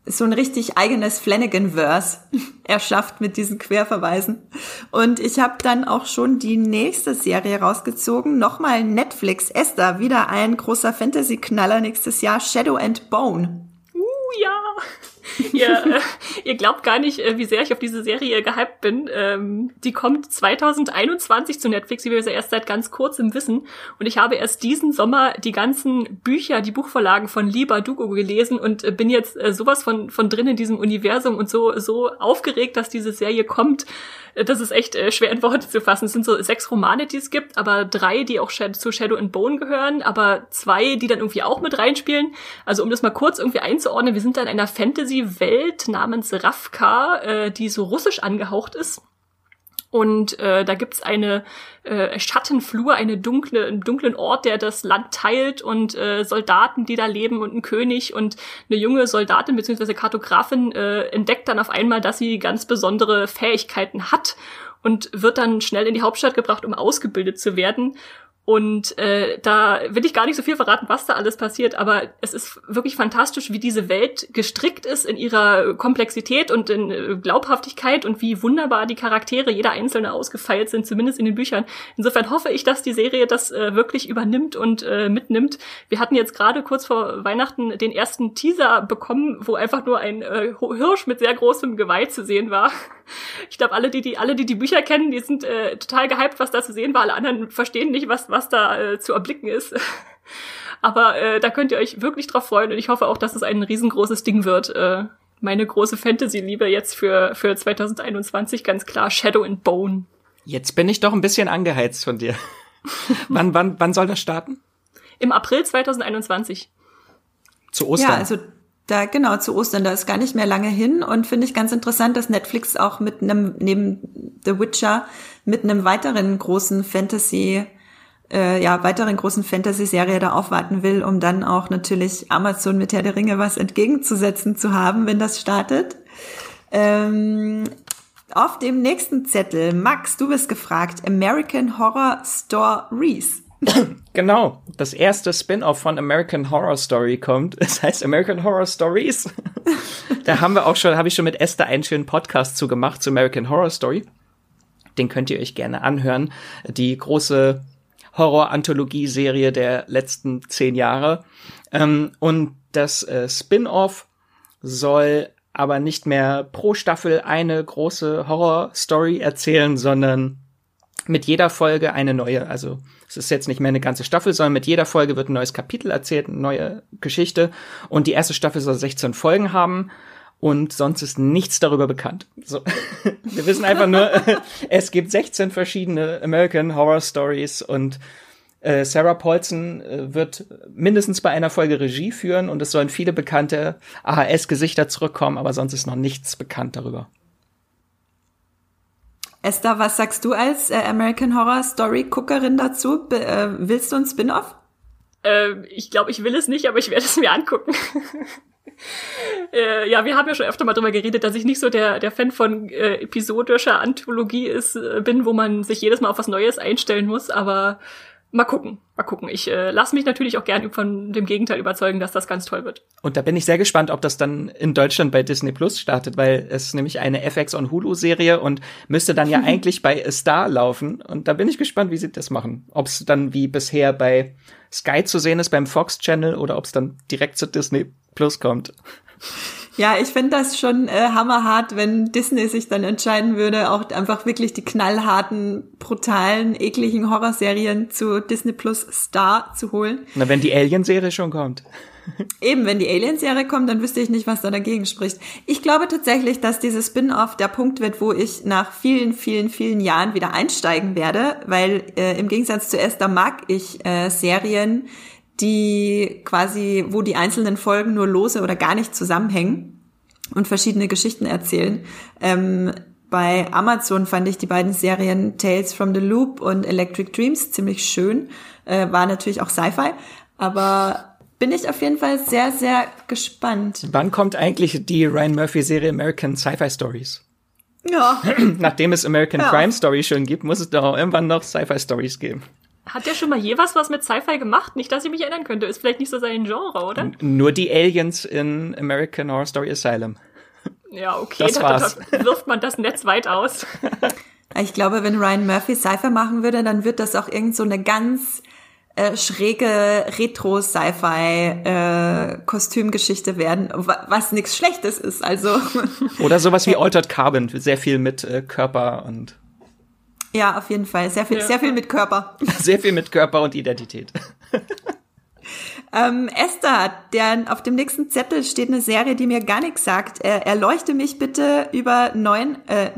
so ein richtig eigenes Flanagan-Verse erschafft mit diesen Querverweisen. Und ich habe dann auch schon die nächste Serie rausgezogen. Nochmal Netflix. Esther, wieder ein großer Fantasy-Knaller nächstes Jahr. Shadow and Bone. Ja. Ihr glaubt gar nicht, wie sehr ich auf diese Serie gehypt bin. Die kommt 2021 zu Netflix, wie wir sie erst seit ganz kurzem wissen. Und ich habe erst diesen Sommer die ganzen Bücher, die Buchvorlagen von Leigh Bardugo gelesen und bin jetzt sowas von drin in diesem Universum und so aufgeregt, dass diese Serie kommt. Das ist echt schwer in Worte zu fassen. Es sind so 6 Romane, die es gibt, aber 3, die auch zu Shadow and Bone gehören, aber 2, die dann irgendwie auch mit reinspielen. Also um das mal kurz irgendwie einzuordnen, wir sind da in einer Fantasy-Welt namens Ravka, die so russisch angehaucht ist. Und da gibt's eine Schattenflur, einen dunklen Ort, der das Land teilt und Soldaten, die da leben und ein König und eine junge Soldatin bzw. Kartografin entdeckt dann auf einmal, dass sie ganz besondere Fähigkeiten hat und wird dann schnell in die Hauptstadt gebracht, um ausgebildet zu werden. Und da will ich gar nicht so viel verraten, was da alles passiert, aber es ist wirklich fantastisch, wie diese Welt gestrickt ist in ihrer Komplexität und in Glaubhaftigkeit und wie wunderbar die Charaktere, jeder einzelne, ausgefeilt sind, zumindest in den Büchern. Insofern hoffe ich, dass die Serie das wirklich übernimmt und mitnimmt. Wir hatten jetzt gerade kurz vor Weihnachten den ersten Teaser bekommen, wo einfach nur ein Hirsch mit sehr großem Geweih zu sehen war. Ich glaube, alle, die Bücher kennen, die sind total gehypt, was da zu sehen war. Alle anderen verstehen nicht, was da zu erblicken ist. Aber da könnt ihr euch wirklich drauf freuen und ich hoffe auch, dass es ein riesengroßes Ding wird. Meine große Fantasy-Liebe jetzt für 2021, ganz klar, Shadow and Bone. Jetzt bin ich doch ein bisschen angeheizt von dir. Wann soll das starten? Im April 2021. Zu Ostern? Ja, also genau, zu Ostern, da ist gar nicht mehr lange hin und finde ich ganz interessant, dass Netflix auch mit neben The Witcher mit einem weiteren großen Fantasy-Serie da aufwarten will, um dann auch natürlich Amazon mit Herr der Ringe was entgegenzusetzen zu haben, wenn das startet. Auf dem nächsten Zettel, Max, du bist gefragt, American Horror Stories. Genau, das erste Spin-off von American Horror Story kommt. Es heißt American Horror Stories. Da habe ich schon mit Esther einen schönen Podcast zu gemacht, zu American Horror Story. Den könnt ihr euch gerne anhören. Die große Horror-Anthologie-Serie der letzten 10 Jahre. Und das Spin-off soll aber nicht mehr pro Staffel eine große Horror-Story erzählen, sondern mit jeder Folge eine neue. Also es ist jetzt nicht mehr eine ganze Staffel, sondern mit jeder Folge wird ein neues Kapitel erzählt, eine neue Geschichte. Und die erste Staffel soll 16 Folgen haben. Und sonst ist nichts darüber bekannt. So. Wir wissen einfach nur, es gibt 16 verschiedene American Horror Stories und Sarah Paulson wird mindestens bei einer Folge Regie führen und es sollen viele bekannte AHS-Gesichter zurückkommen, aber sonst ist noch nichts bekannt darüber. Esther, was sagst du als American Horror Story Guckerin dazu? Willst du ein Spin-off? Ich glaube, ich will es nicht, aber ich werde es mir angucken. Ja, wir haben ja schon öfter mal drüber geredet, dass ich nicht so der Fan von episodischer Anthologie bin, wo man sich jedes Mal auf was Neues einstellen muss, aber mal gucken. Ich lasse mich natürlich auch gern von dem Gegenteil überzeugen, dass das ganz toll wird. Und da bin ich sehr gespannt, ob das dann in Deutschland bei Disney Plus startet, weil es ist nämlich eine FX on Hulu-Serie und müsste dann ja eigentlich bei A Star laufen. Und da bin ich gespannt, wie sie das machen. Ob es dann wie bisher bei Sky zu sehen ist, beim Fox Channel, oder ob es dann direkt zu Disney Plus kommt. Ja, ich finde das schon hammerhart, wenn Disney sich dann entscheiden würde, auch einfach wirklich die knallharten, brutalen, ekligen Horrorserien zu Disney Plus Star zu holen. Na, wenn die Alien-Serie schon kommt. Eben, wenn die Alien-Serie kommt, dann wüsste ich nicht, was da dagegen spricht. Ich glaube tatsächlich, dass dieses Spin-off der Punkt wird, wo ich nach vielen, vielen, vielen Jahren wieder einsteigen werde, weil im Gegensatz zu Esther mag ich Serien, die quasi, wo die einzelnen Folgen nur lose oder gar nicht zusammenhängen und verschiedene Geschichten erzählen. Bei Amazon fand ich die beiden Serien Tales from the Loop und Electric Dreams ziemlich schön. War natürlich auch Sci-Fi, aber bin ich auf jeden Fall sehr, sehr gespannt. Wann kommt eigentlich die Ryan Murphy-Serie American Sci-Fi Stories? Ja. Nachdem es American Crime Story schon gibt, muss es doch auch irgendwann noch Sci-Fi Stories geben. Hat der schon mal je was mit Sci-Fi gemacht? Nicht, dass ich mich erinnern könnte. Ist vielleicht nicht so sein Genre, oder? Nur die Aliens in American Horror Story Asylum. Ja, okay, das war's. Da wirft man das Netz weit aus. Ich glaube, wenn Ryan Murphy Sci-Fi machen würde, dann wird das auch irgend so eine ganz schräge Retro-Sci-Fi-Kostümgeschichte werden, was nichts Schlechtes ist. Also oder sowas wie Altered Carbon, sehr viel mit Körper und ja, auf jeden Fall. Sehr viel mit Körper. Sehr viel mit Körper und Identität. Esther, auf dem nächsten Zettel steht eine Serie, die mir gar nichts sagt. Erleuchte mich bitte über 9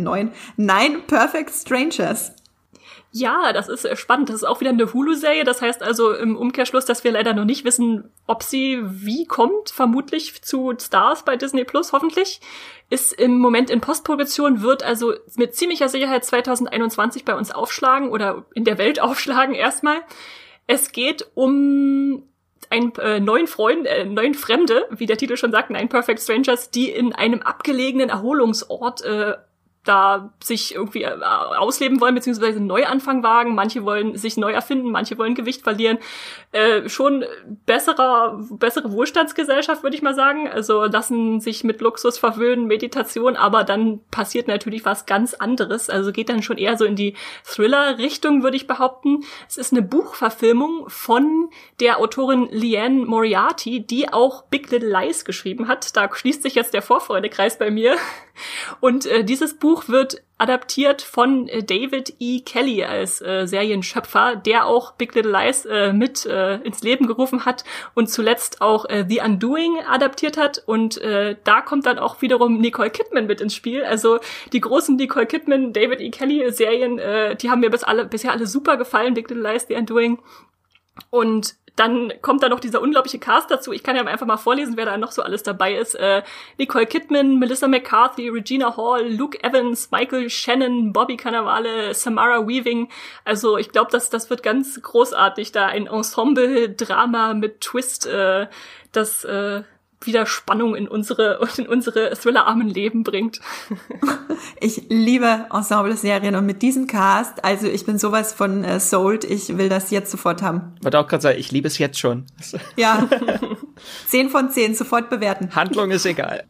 Perfect Strangers. Ja, das ist spannend. Das ist auch wieder eine Hulu-Serie. Das heißt also im Umkehrschluss, dass wir leider noch nicht wissen, ob sie wie kommt. Vermutlich zu Stars bei Disney Plus, hoffentlich. Ist im Moment in Postproduktion, wird also mit ziemlicher Sicherheit 2021 bei uns aufschlagen oder in der Welt aufschlagen erstmal. Es geht um neun Fremde, wie der Titel schon sagt, 9 Perfect Strangers, die in einem abgelegenen Erholungsort da sich irgendwie ausleben wollen, beziehungsweise einen Neuanfang wagen. Manche wollen sich neu erfinden, manche wollen Gewicht verlieren. Schon bessere Wohlstandsgesellschaft, würde ich mal sagen. Also lassen sich mit Luxus verwöhnen, Meditation, aber dann passiert natürlich was ganz anderes. Also geht dann schon eher so in die Thriller-Richtung, würde ich behaupten. Es ist eine Buchverfilmung von der Autorin Liane Moriarty, die auch Big Little Lies geschrieben hat. Da schließt sich jetzt der Vorfreudekreis bei mir. Und dieses Buch wird adaptiert von David E. Kelly als Serienschöpfer, der auch Big Little Lies mit ins Leben gerufen hat und zuletzt auch The Undoing adaptiert hat. Und da kommt dann auch wiederum Nicole Kidman mit ins Spiel. Also die großen Nicole Kidman, David E. Kelly Serien, die haben mir bisher alle super gefallen. Big Little Lies, The Undoing. Und dann kommt da noch dieser unglaubliche Cast dazu. Ich kann ja einfach mal vorlesen, wer da noch so alles dabei ist. Nicole Kidman, Melissa McCarthy, Regina Hall, Luke Evans, Michael Shannon, Bobby Cannavale, Samara Weaving. Also ich glaube, das wird ganz großartig, da ein Ensemble-Drama mit Twist, das wieder Spannung in unsere thrillerarmen Leben bringt. Ich liebe Ensemble-Serien und mit diesem Cast, also ich bin sowas von sold, ich will das jetzt sofort haben. Ich wollte auch gerade sagen, ich liebe es jetzt schon. Ja, 10 von 10, sofort bewerten. Handlung ist egal.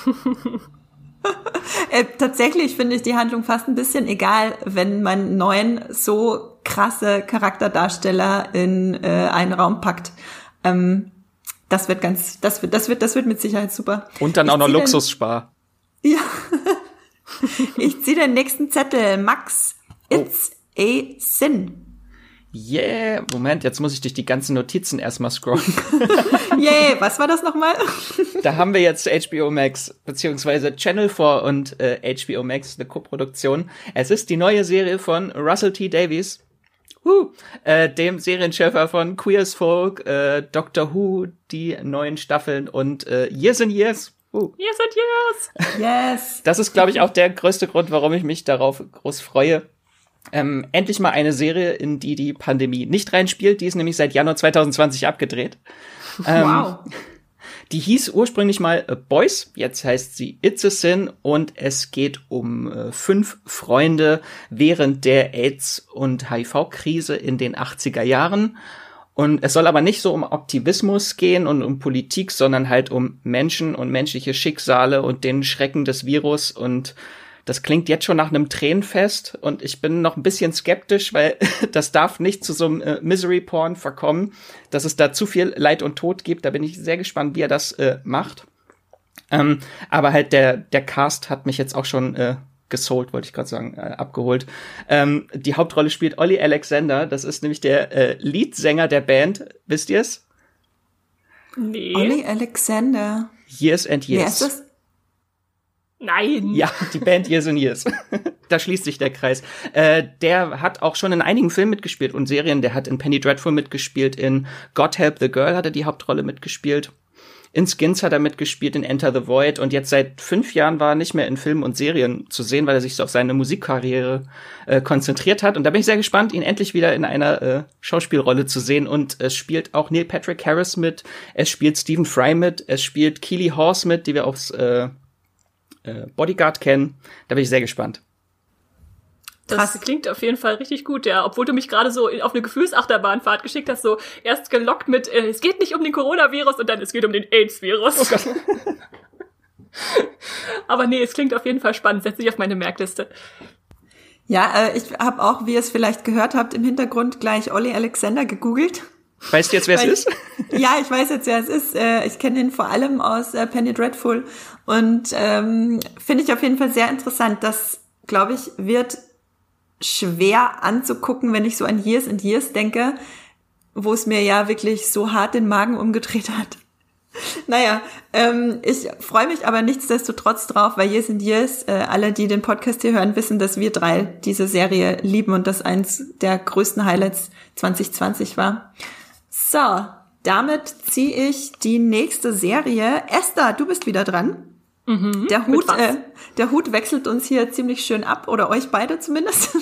Tatsächlich finde ich die Handlung fast ein bisschen egal, wenn man 9 so krasse Charakterdarsteller in einen Raum packt. Das wird mit Sicherheit super. Und dann auch noch Luxusspar. Ja. Ich ziehe den nächsten Zettel. Max, It's a Sin. Yeah. Moment, jetzt muss ich durch die ganzen Notizen erstmal scrollen. Yeah, was war das nochmal? Da haben wir jetzt HBO Max, beziehungsweise Channel 4 und HBO Max, eine Koproduktion. Es ist die neue Serie von Russell T. Davies. Dem Serienschöpfer von Queer as Folk, Doctor Who, die neuen Staffeln und Years and Years. Years and Years! Yes! Das ist, glaube ich, auch der größte Grund, warum ich mich darauf groß freue. Endlich mal eine Serie, in die Pandemie nicht reinspielt. Die ist nämlich seit Januar 2020 abgedreht. Wow. Die hieß ursprünglich mal Boys, jetzt heißt sie It's a Sin und es geht um 5 Freunde während der AIDS- und HIV-Krise in den 80er Jahren. Und es soll aber nicht so um Aktivismus gehen und um Politik, sondern halt um Menschen und menschliche Schicksale und den Schrecken des Virus. Und das klingt jetzt schon nach einem Tränenfest und ich bin noch ein bisschen skeptisch, weil das darf nicht zu so einem Misery-Porn verkommen, dass es da zu viel Leid und Tod gibt. Da bin ich sehr gespannt, wie er das macht. Aber halt der Cast hat mich jetzt auch schon gesold, wollte ich gerade sagen, abgeholt. Die Hauptrolle spielt Ollie Alexander. Das ist nämlich der Leadsänger der Band. Wisst ihr es? Nee. Ollie Alexander. Years and Years. Wer ist das? Nein. Ja, die Band Years and Years. Da schließt sich der Kreis. Der hat auch schon in einigen Filmen mitgespielt und Serien. Der hat in Penny Dreadful mitgespielt. In God Help the Girl hat er die Hauptrolle mitgespielt. In Skins hat er mitgespielt, in Enter the Void. Und jetzt seit 5 Jahren war er nicht mehr in Filmen und Serien zu sehen, weil er sich so auf seine Musikkarriere konzentriert hat. Und da bin ich sehr gespannt, ihn endlich wieder in einer Schauspielrolle zu sehen. Und es spielt auch Neil Patrick Harris mit. Es spielt Stephen Fry mit. Es spielt Keely Hawes mit, die wir aufs Bodyguard kennen. Da bin ich sehr gespannt. Das klingt auf jeden Fall richtig gut, ja. Obwohl du mich gerade so auf eine Gefühlsachterbahnfahrt geschickt hast, so erst gelockt mit, es geht nicht um den Coronavirus und dann, es geht um den AIDS-Virus. Oh Gott. Aber nee, es klingt auf jeden Fall spannend. Setze ich auf meine Merkliste. Ja, ich habe auch, wie ihr es vielleicht gehört habt, im Hintergrund gleich Olli Alexander gegoogelt. Weißt du jetzt, wer es ist? Ja, ich weiß jetzt, wer es ist. Ich kenne ihn vor allem aus Penny Dreadful und finde ich auf jeden Fall sehr interessant. Das, glaube ich, wird schwer anzugucken, wenn ich so an Years and Years denke, wo es mir ja wirklich so hart den Magen umgedreht hat. Naja, ich freue mich aber nichtsdestotrotz drauf, weil Years and Years, alle, die den Podcast hier hören, wissen, dass wir drei diese Serie lieben und das eins der größten Highlights 2020 war. So, damit ziehe ich die nächste Serie. Esther, du bist wieder dran. Mhm, der Hut wechselt uns hier ziemlich schön ab, oder euch beide zumindest.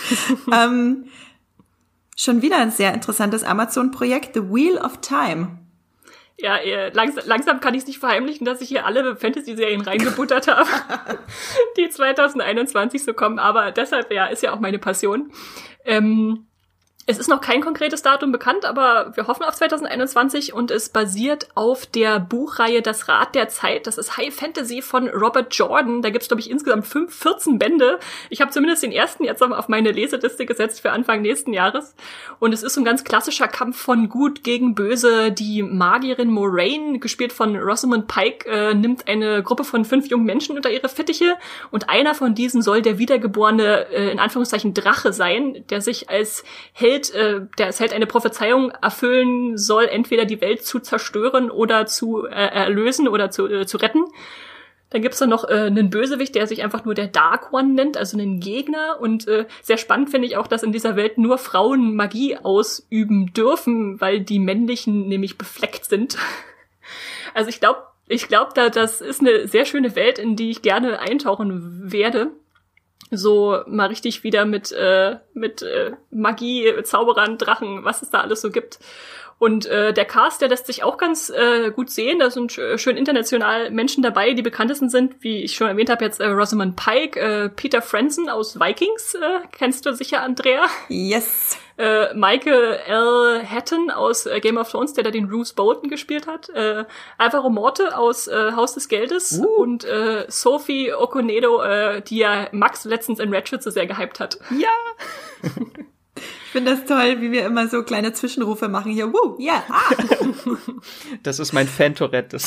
Schon wieder ein sehr interessantes Amazon-Projekt, The Wheel of Time. Ja, langsam kann ich es nicht verheimlichen, dass ich hier alle Fantasy-Serien reingebuttert habe, die 2021 so kommen. Aber deshalb, ja, ist ja auch meine Passion. Es ist noch kein konkretes Datum bekannt, aber wir hoffen auf 2021 und es basiert auf der Buchreihe Das Rad der Zeit. Das ist High Fantasy von Robert Jordan. Da gibt's, glaube ich, insgesamt 14 Bände. Ich habe zumindest den ersten jetzt auf meine Leseliste gesetzt für Anfang nächsten Jahres. Und es ist so ein ganz klassischer Kampf von Gut gegen Böse. Die Magierin Moraine, gespielt von Rosamund Pike, nimmt eine Gruppe von 5 jungen Menschen unter ihre Fittiche. Und einer von diesen soll der wiedergeborene, in Anführungszeichen, Drache sein, der sich als Held, der als Held eine Prophezeiung erfüllen soll, entweder die Welt zu zerstören oder zu erlösen oder zu retten. Dann gibt's dann noch einen Bösewicht, der sich einfach nur der Dark One nennt, also einen Gegner. Und sehr spannend finde ich auch, dass in dieser Welt nur Frauen Magie ausüben dürfen, weil die männlichen nämlich befleckt sind. Also ich glaube, das ist eine sehr schöne Welt, in die ich gerne eintauchen werde. So mal richtig wieder mit Magie, Zauberern, Drachen, was es da alles so gibt. Und der Cast, der lässt sich auch ganz gut sehen. Da sind schön international Menschen dabei. Die bekanntesten sind, wie ich schon erwähnt habe, jetzt Rosamund Pike, Peter Franzen aus Vikings, kennst du sicher, Andrea? Yes. Michael L. Hatton aus Game of Thrones, der da den Roose Bolton gespielt hat. Alvaro Morte aus Haus des Geldes. Und Sophie Okonedo, die ja Max letztens in Ratchet so sehr gehypt hat. Ja! Ich finde das toll, wie wir immer so kleine Zwischenrufe machen hier. Woo, ja, yeah, Das ist mein Fan-Tourette.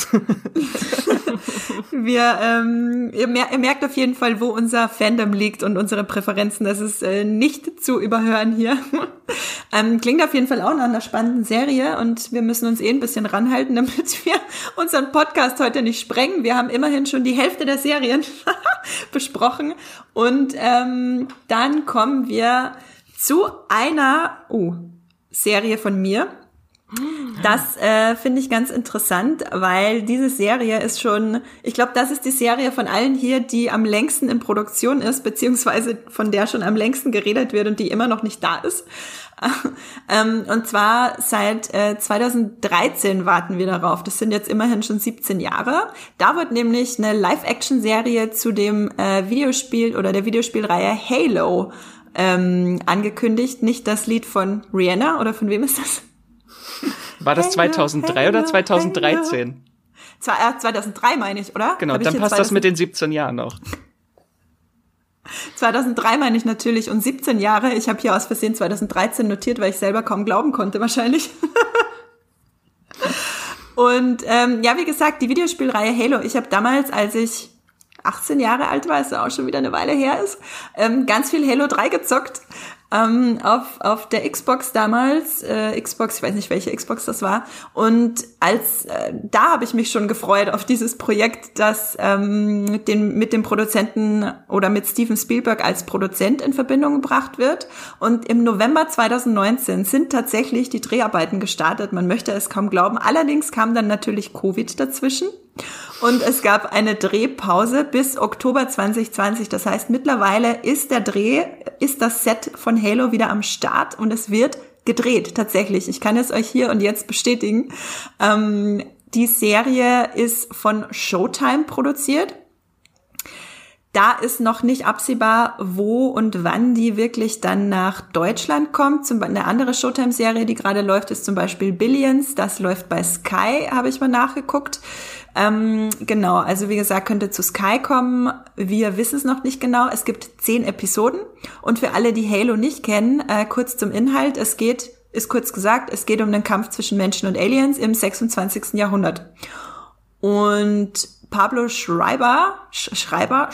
Ihr merkt auf jeden Fall, wo unser Fandom liegt und unsere Präferenzen. Das ist nicht zu überhören hier. Klingt auf jeden Fall auch nach einer spannenden Serie und wir müssen uns ein bisschen ranhalten, damit wir unseren Podcast heute nicht sprengen. Wir haben immerhin schon die Hälfte der Serien besprochen und dann kommen wir zu einer Serie von mir. Das finde ich ganz interessant, weil diese Serie ist schon, ich glaube, das ist die Serie von allen hier, die am längsten in Produktion ist, beziehungsweise von der schon am längsten geredet wird und die immer noch nicht da ist. Und zwar seit 2013 warten wir darauf. Das sind jetzt immerhin schon 17 Jahre. Da wird nämlich eine Live-Action-Serie zu dem Videospiel oder der Videospielreihe Halo angekündigt. Nicht das Lied von Rihanna, oder von wem ist das? War das 2003 oder 2013? 2003 meine ich, oder? Genau, dann passt das mit den 17 Jahren noch. 2003 meine ich natürlich und 17 Jahre. Ich habe hier aus Versehen 2013 notiert, weil ich selber kaum glauben konnte wahrscheinlich. Und ja, wie gesagt, die Videospielreihe Halo. Ich habe damals, als ich 18 Jahre alt war, ist ja auch schon wieder eine Weile her ist, ganz viel Halo 3 gezockt. Auf der Xbox damals, Xbox, ich weiß nicht, welche Xbox das war. Und da habe ich mich schon gefreut auf dieses Projekt, das mit dem Produzenten oder mit Steven Spielberg als Produzent in Verbindung gebracht wird. Und im November 2019 sind tatsächlich die Dreharbeiten gestartet. Man möchte es kaum glauben. Allerdings kam dann natürlich Covid dazwischen. Und es gab eine Drehpause bis Oktober 2020. Das heißt, mittlerweile ist das Set von Halo wieder am Start und es wird gedreht, tatsächlich. Ich kann es euch hier und jetzt bestätigen. Die Serie ist von Showtime produziert. Da da ist noch nicht absehbar, wo und wann die wirklich dann nach Deutschland kommt. Eine andere Showtime-Serie, die gerade läuft, ist zum Beispiel Billions. Das läuft bei Sky, habe ich mal nachgeguckt. Genau, also wie gesagt, könnte zu Sky kommen. Wir wissen es noch nicht genau. Es gibt 10 Episoden. Und für alle, die Halo nicht kennen, kurz zum Inhalt. Es geht um den Kampf zwischen Menschen und Aliens im 26. Jahrhundert. Und Pablo Schreiber, ich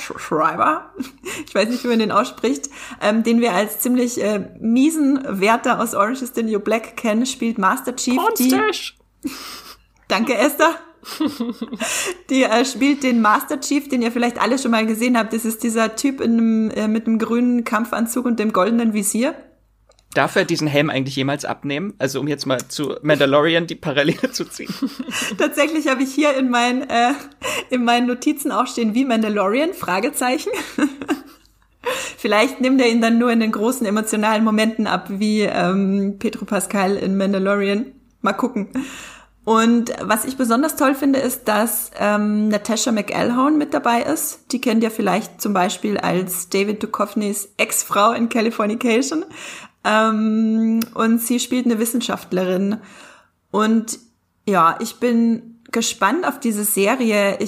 weiß nicht, wie man den ausspricht, den wir als ziemlich miesen Wärter aus Orange is the New Black kennen, spielt Master Chief. Danke, Esther. Die spielt den Master Chief, den ihr vielleicht alle schon mal gesehen habt. Das ist dieser Typ mit einem grünen Kampfanzug und dem goldenen Visier. Darf er diesen Helm eigentlich jemals abnehmen? Also um jetzt mal zu Mandalorian die Parallele zu ziehen. Tatsächlich habe ich hier in meinen Notizen auch stehen, wie Mandalorian, Fragezeichen. Vielleicht nimmt er ihn dann nur in den großen emotionalen Momenten ab, wie Pedro Pascal in Mandalorian. Mal gucken. Und was ich besonders toll finde, ist, dass Natasha McElhone mit dabei ist. Die kennt ihr vielleicht zum Beispiel als David Duchovnys Ex-Frau in Californication. Und sie spielt eine Wissenschaftlerin. Und ja, ich bin gespannt auf diese Serie.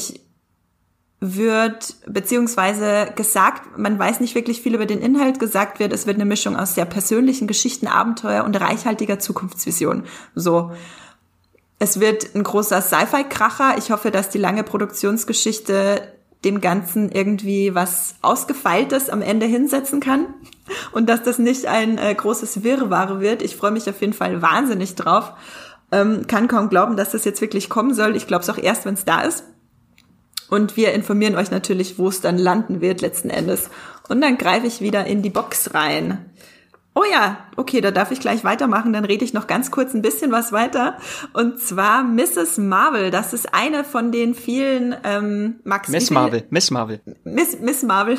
Beziehungsweise gesagt, man weiß nicht wirklich viel über den Inhalt, gesagt wird, es wird eine Mischung aus sehr persönlichen Geschichten, Abenteuer und reichhaltiger Zukunftsvision. So. Es wird ein großer Sci-Fi-Kracher. Ich hoffe, dass die lange Produktionsgeschichte dem Ganzen irgendwie was Ausgefeiltes am Ende hinsetzen kann und dass das nicht ein großes Wirrwarr wird. Ich freue mich auf jeden Fall wahnsinnig drauf. Kann kaum glauben, dass das jetzt wirklich kommen soll. Ich glaube es auch erst, wenn es da ist. Und wir informieren euch natürlich, wo es dann landen wird letzten Endes. Und dann greife ich wieder in die Box rein. Oh ja, okay, da darf ich gleich weitermachen, dann rede ich noch ganz kurz ein bisschen was weiter. Und zwar Mrs. Marvel, das ist eine von den vielen, Miss Marvel. Miss Marvel.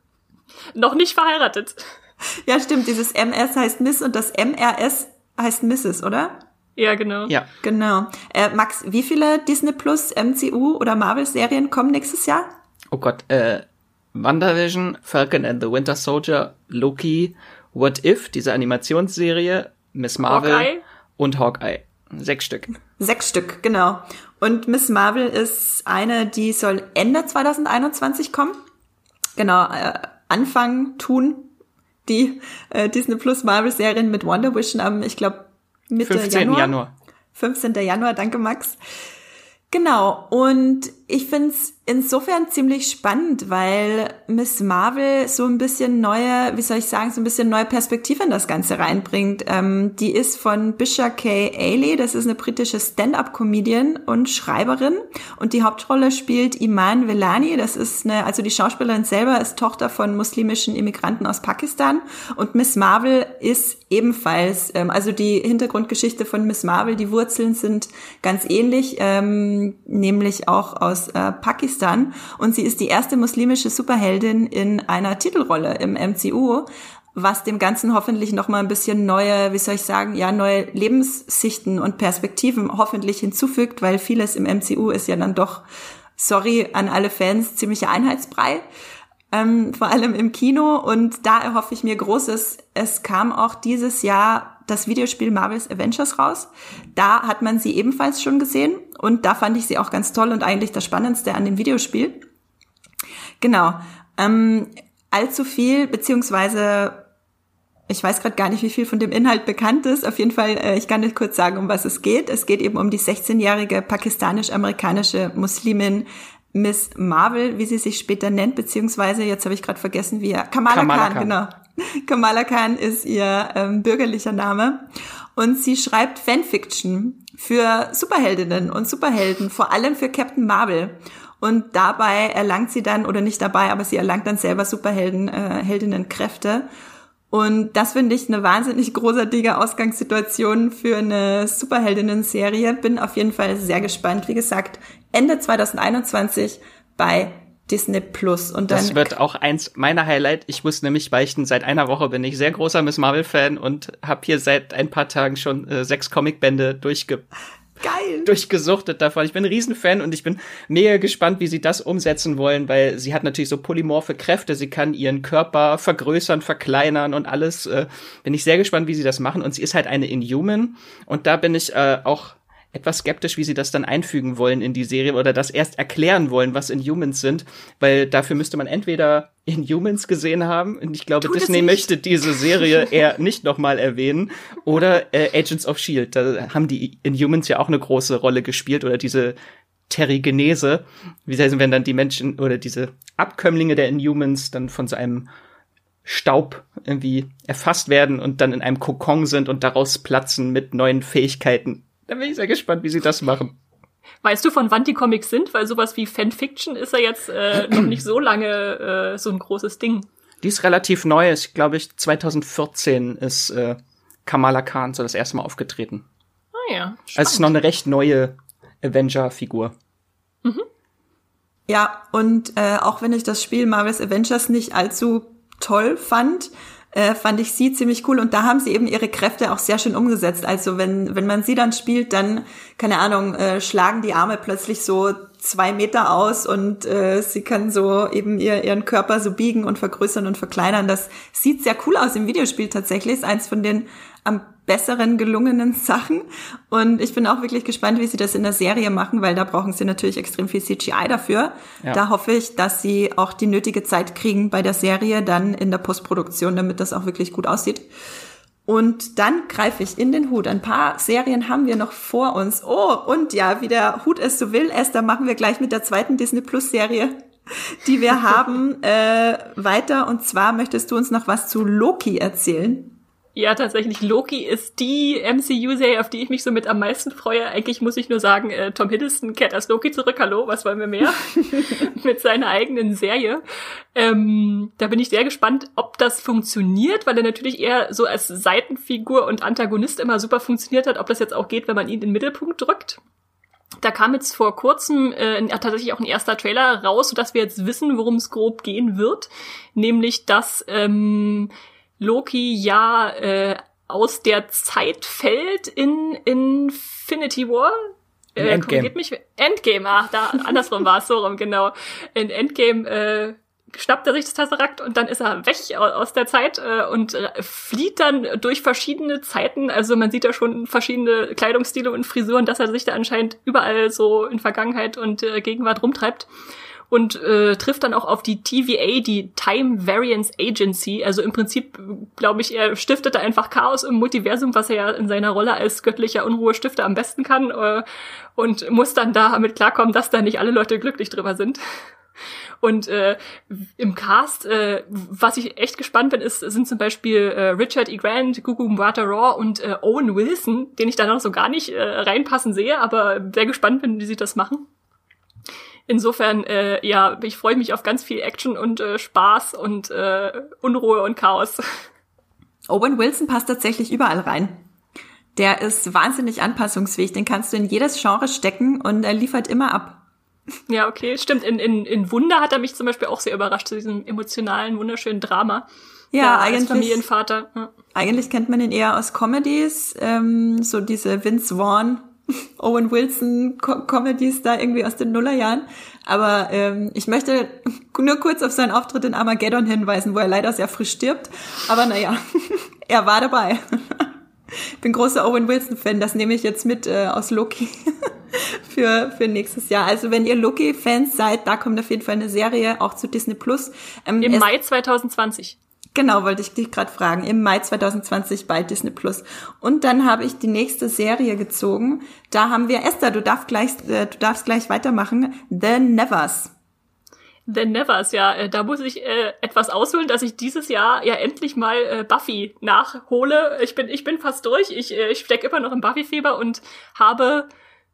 Noch nicht verheiratet. Ja, stimmt, dieses MS heißt Miss und das MRS heißt Mrs., oder? Ja, genau. Ja. Genau. Max, wie viele Disney Plus, MCU oder Marvel-Serien kommen nächstes Jahr? Oh Gott, WandaVision, Falcon and the Winter Soldier, Loki, What If, diese Animationsserie, Miss Marvel Hawkeye. Und Hawkeye. 6 Stück. 6 Stück, genau. Und Miss Marvel ist eine, die soll Ende 2021 kommen. Genau, anfangen tun die Disney Plus Marvel-Serien mit Wonder Vision am, ich glaube, Mitte 15. Januar. 15. Januar, danke Max. Genau, und ich find's insofern ziemlich spannend, weil Miss Marvel so ein bisschen neue Perspektive in das Ganze reinbringt. Die ist von Bisha K. Ailey, das ist eine britische Stand-up-Comedian und Schreiberin, und die Hauptrolle spielt Iman Vellani, das ist also die Schauspielerin selber ist Tochter von muslimischen Immigranten aus Pakistan, und Miss Marvel ist ebenfalls, also die Hintergrundgeschichte von Miss Marvel, die Wurzeln sind ganz ähnlich, nämlich auch aus Pakistan, und sie ist die erste muslimische Superheldin in einer Titelrolle im MCU, was dem Ganzen hoffentlich noch mal ein bisschen neue, neue Lebenssichten und Perspektiven hoffentlich hinzufügt, weil vieles im MCU ist ja dann doch, sorry an alle Fans, ziemlicher Einheitsbrei. Vor allem im Kino, und da erhoffe ich mir Großes. Es kam auch dieses Jahr das Videospiel Marvel's Avengers raus. Da hat man sie ebenfalls schon gesehen, und da fand ich sie auch ganz toll und eigentlich das Spannendste an dem Videospiel. Genau. Allzu viel, beziehungsweise ich weiß gerade gar nicht, wie viel von dem Inhalt bekannt ist. Auf jeden Fall, ich kann nicht kurz sagen, um was es geht. Es geht eben um die 16-jährige pakistanisch-amerikanische Muslimin Miss Marvel, wie sie sich später nennt, beziehungsweise, jetzt habe ich gerade vergessen, Kamala Khan, genau. Kamala Khan ist ihr bürgerlicher Name. Und sie schreibt Fanfiction für Superheldinnen und Superhelden, vor allem für Captain Marvel. Und dabei erlangt sie dann, oder nicht dabei, aber sie erlangt dann selber Heldinnen-Kräfte. Und das finde ich eine wahnsinnig großartige Ausgangssituation für eine Superheldinnen-Serie. Bin auf jeden Fall sehr gespannt. Wie gesagt, Ende 2021 bei Disney Plus. Und dann das wird auch eins meiner Highlights. Ich muss nämlich beichten, seit einer Woche bin ich sehr großer Miss Marvel-Fan und habe hier seit ein paar Tagen schon 6 Comicbände durchgesuchtet davon. Ich bin ein Riesenfan und ich bin mega gespannt, wie sie das umsetzen wollen, weil sie hat natürlich so polymorphe Kräfte. Sie kann ihren Körper vergrößern, verkleinern und alles. Bin ich sehr gespannt, wie sie das machen. Und sie ist halt eine Inhuman. Und da bin ich auch etwas skeptisch, wie sie das dann einfügen wollen in die Serie oder das erst erklären wollen, was Inhumans sind, weil dafür müsste man entweder Inhumans gesehen haben, und ich glaube, Disney möchte diese Serie eher nicht nochmal erwähnen, oder Agents of S.H.I.E.L.D., da haben die Inhumans ja auch eine große Rolle gespielt, oder diese Terrigenese, wie heißt, wenn dann die Menschen oder diese Abkömmlinge der Inhumans dann von so einem Staub irgendwie erfasst werden und dann in einem Kokon sind und daraus platzen mit neuen Fähigkeiten. Da bin ich sehr gespannt, wie sie das machen. Weißt du, von wann die Comics sind? Weil sowas wie Fanfiction ist ja jetzt noch nicht so lange so ein großes Ding. Die ist relativ neu. Ich glaube, 2014 ist Kamala Khan so das erste Mal aufgetreten. Ah ja, spannend. Also es ist noch eine recht neue Avenger-Figur. Mhm. Ja, und auch wenn ich das Spiel Marvel's Avengers nicht allzu toll fand ich sie ziemlich cool. Und da haben sie eben ihre Kräfte auch sehr schön umgesetzt. Also wenn man sie dann spielt, dann, keine Ahnung, schlagen die Arme plötzlich so 2 Meter aus und sie kann so eben ihren Körper so biegen und vergrößern und verkleinern. Das sieht sehr cool aus im Videospiel tatsächlich. Ist eins von den am besseren gelungenen Sachen. Und ich bin auch wirklich gespannt, wie sie das in der Serie machen, weil da brauchen sie natürlich extrem viel CGI dafür. Ja. Da hoffe ich, dass sie auch die nötige Zeit kriegen bei der Serie dann in der Postproduktion, damit das auch wirklich gut aussieht. Und dann greife ich in den Hut. Ein paar Serien haben wir noch vor uns. Oh, und ja, wie der Hut es so will, Esther, machen wir gleich mit der zweiten Disney-Plus-Serie, die wir haben, weiter. Und zwar möchtest du uns noch was zu Loki erzählen? Ja, tatsächlich, Loki ist die MCU-Serie, auf die ich mich so mit am meisten freue. Eigentlich muss ich nur sagen, Tom Hiddleston kehrt als Loki zurück. Hallo, was wollen wir mehr? Mit seiner eigenen Serie. Da bin ich sehr gespannt, ob das funktioniert, weil er natürlich eher so als Seitenfigur und Antagonist immer super funktioniert hat, ob das jetzt auch geht, wenn man ihn in den Mittelpunkt drückt. Da kam jetzt vor kurzem tatsächlich auch ein erster Trailer raus, sodass wir jetzt wissen, worum es grob gehen wird. Nämlich, dass Loki ja aus der Zeit fällt in Infinity War. Endgame. Endgame, andersrum war es, so rum, genau. In Endgame schnappt er sich das Tesseract und dann ist er weg aus der Zeit und flieht dann durch verschiedene Zeiten. Also man sieht ja schon verschiedene Kleidungsstile und Frisuren, dass er sich da anscheinend überall so in Vergangenheit und Gegenwart rumtreibt. Und trifft dann auch auf die TVA, die Time Variance Agency. Also im Prinzip, glaube ich, er stiftete einfach Chaos im Multiversum, was er ja in seiner Rolle als göttlicher Unruhestifter am besten kann. Und muss dann damit klarkommen, dass da nicht alle Leute glücklich drüber sind. Und im Cast, was ich echt gespannt bin, sind zum Beispiel Richard E. Grant, Gugu Mbatha-Raw und Owen Wilson, den ich da noch so gar nicht reinpassen sehe, aber sehr gespannt bin, wie sie das machen. Insofern, ja, ich freue mich auf ganz viel Action und Spaß und Unruhe und Chaos. Owen Wilson passt tatsächlich überall rein. Der ist wahnsinnig anpassungsfähig, den kannst du in jedes Genre stecken und er liefert immer ab. Ja, okay, stimmt. In Wunder hat er mich zum Beispiel auch sehr überrascht, zu diesem emotionalen, wunderschönen Drama. Ja, eigentlich. Als Familienvater. Ja. Eigentlich kennt man ihn eher aus Comedies, so diese Vince Vaughn, Owen Wilson Comedies da irgendwie aus den Nullerjahren. Aber ich möchte nur kurz auf seinen Auftritt in Armageddon hinweisen, wo er leider sehr früh stirbt. Aber naja, er war dabei. Ich bin großer Owen Wilson-Fan, das nehme ich jetzt mit aus Loki für nächstes Jahr. Also wenn ihr Loki-Fans seid, da kommt auf jeden Fall eine Serie, auch zu Disney+. Im Mai 2020. Genau, wollte ich dich gerade fragen. Im Mai 2020 bei Disney+. Und dann habe ich die nächste Serie gezogen. Da haben wir, Esther, du darfst gleich weitermachen. The Nevers. The Nevers, ja. Da muss ich etwas ausholen, dass ich dieses Jahr ja endlich mal Buffy nachhole. Ich bin fast durch. Ich stecke immer noch im Buffy-Fieber und habe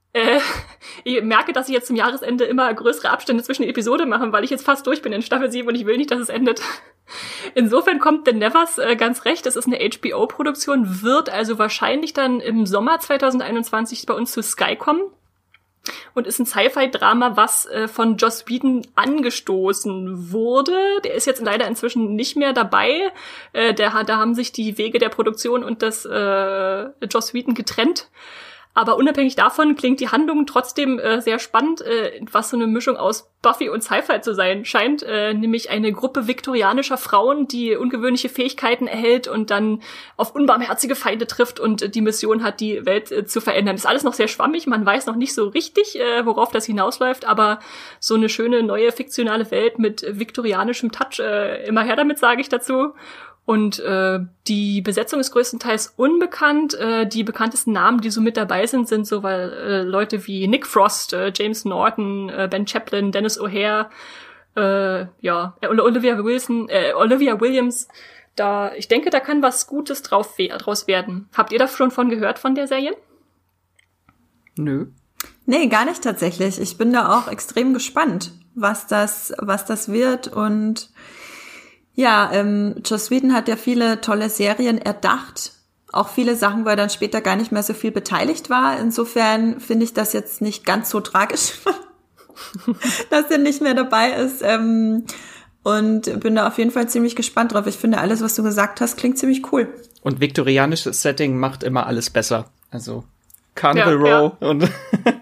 ich merke, dass ich jetzt zum Jahresende immer größere Abstände zwischen Episoden mache, weil ich jetzt fast durch bin in Staffel 7 und ich will nicht, dass es endet. Insofern kommt The Nevers ganz recht. Es ist eine HBO-Produktion, wird also wahrscheinlich dann im Sommer 2021 bei uns zu Sky kommen und ist ein Sci-Fi-Drama, was von Joss Whedon angestoßen wurde. Der ist jetzt leider inzwischen nicht mehr dabei. Da haben sich die Wege der Produktion und des Joss Whedon getrennt. Aber unabhängig davon klingt die Handlung trotzdem sehr spannend, was so eine Mischung aus Buffy und Sci-Fi zu sein scheint, nämlich eine Gruppe viktorianischer Frauen, die ungewöhnliche Fähigkeiten erhält und dann auf unbarmherzige Feinde trifft und die Mission hat, die Welt zu verändern. Ist alles noch sehr schwammig, man weiß noch nicht so richtig, worauf das hinausläuft, aber so eine schöne neue fiktionale Welt mit viktorianischem Touch, immer her damit, sage ich dazu. Und die Besetzung ist größtenteils unbekannt. Die bekanntesten Namen, die so mit dabei sind, sind so Leute wie Nick Frost, James Norton, Ben Chaplin, Dennis O'Hare, Olivia Williams. Ich denke, da kann was Gutes draus werden. Habt ihr da schon von gehört von der Serie? Nö. Nee, gar nicht tatsächlich. Ich bin da auch extrem gespannt, was das wird. Und ja, Joss Whedon hat ja viele tolle Serien erdacht. Auch viele Sachen, wo er dann später gar nicht mehr so viel beteiligt war. Insofern finde ich das jetzt nicht ganz so tragisch, dass er nicht mehr dabei ist. Und bin da auf jeden Fall ziemlich gespannt drauf. Ich finde, alles, was du gesagt hast, klingt ziemlich cool. Und viktorianisches Setting macht immer alles besser. Also Carnival Row und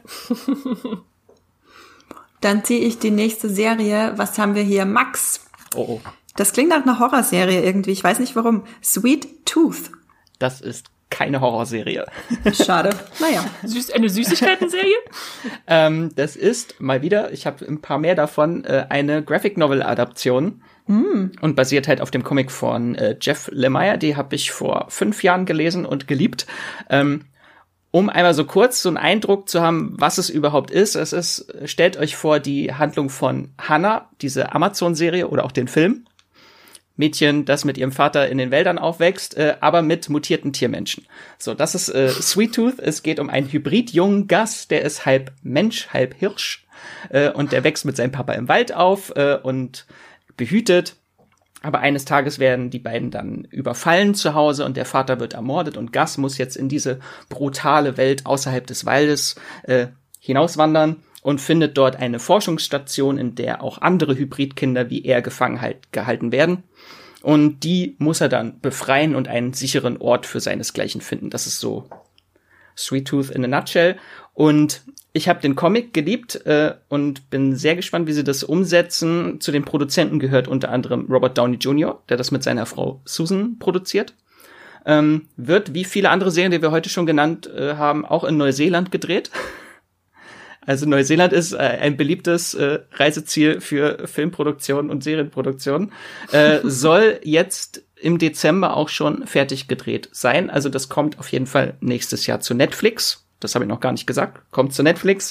Dann ziehe ich die nächste Serie. Was haben wir hier? Max. Oh. Das klingt nach einer Horrorserie irgendwie. Ich weiß nicht warum. Sweet Tooth. Das ist keine Horrorserie. Schade. Naja. Eine Süßigkeiten-Serie? Das ist mal wieder, ich habe ein paar mehr davon, eine Graphic-Novel-Adaption. Und basiert halt auf dem Comic von Jeff Lemire. Die habe ich vor 5 Jahren gelesen und geliebt. Um einmal so kurz so einen Eindruck zu haben, was es überhaupt ist. Stellt euch vor die Handlung von Hannah, diese Amazon-Serie oder auch den Film. Mädchen, das mit ihrem Vater in den Wäldern aufwächst, aber mit mutierten Tiermenschen. So, das ist Sweet Tooth. Es geht um einen Hybrid-jungen Gus, der ist halb Mensch, halb Hirsch. Und der wächst mit seinem Papa im Wald auf und behütet. Aber eines Tages werden die beiden dann überfallen zu Hause und der Vater wird ermordet und Gus muss jetzt in diese brutale Welt außerhalb des Waldes hinauswandern und findet dort eine Forschungsstation, in der auch andere Hybridkinder wie er gefangen gehalten werden. Und die muss er dann befreien und einen sicheren Ort für seinesgleichen finden. Das ist so Sweet Tooth in a nutshell. Und ich habe den Comic geliebt und bin sehr gespannt, wie sie das umsetzen. Zu den Produzenten gehört unter anderem Robert Downey Jr., der das mit seiner Frau Susan produziert. Wird, wie viele andere Serien, die wir heute schon genannt haben, auch in Neuseeland gedreht. Also Neuseeland ist ein beliebtes Reiseziel für Filmproduktion und Serienproduktion. Soll jetzt im Dezember auch schon fertig gedreht sein. Also das kommt auf jeden Fall nächstes Jahr zu Netflix. Das habe ich noch gar nicht gesagt. Kommt zu Netflix.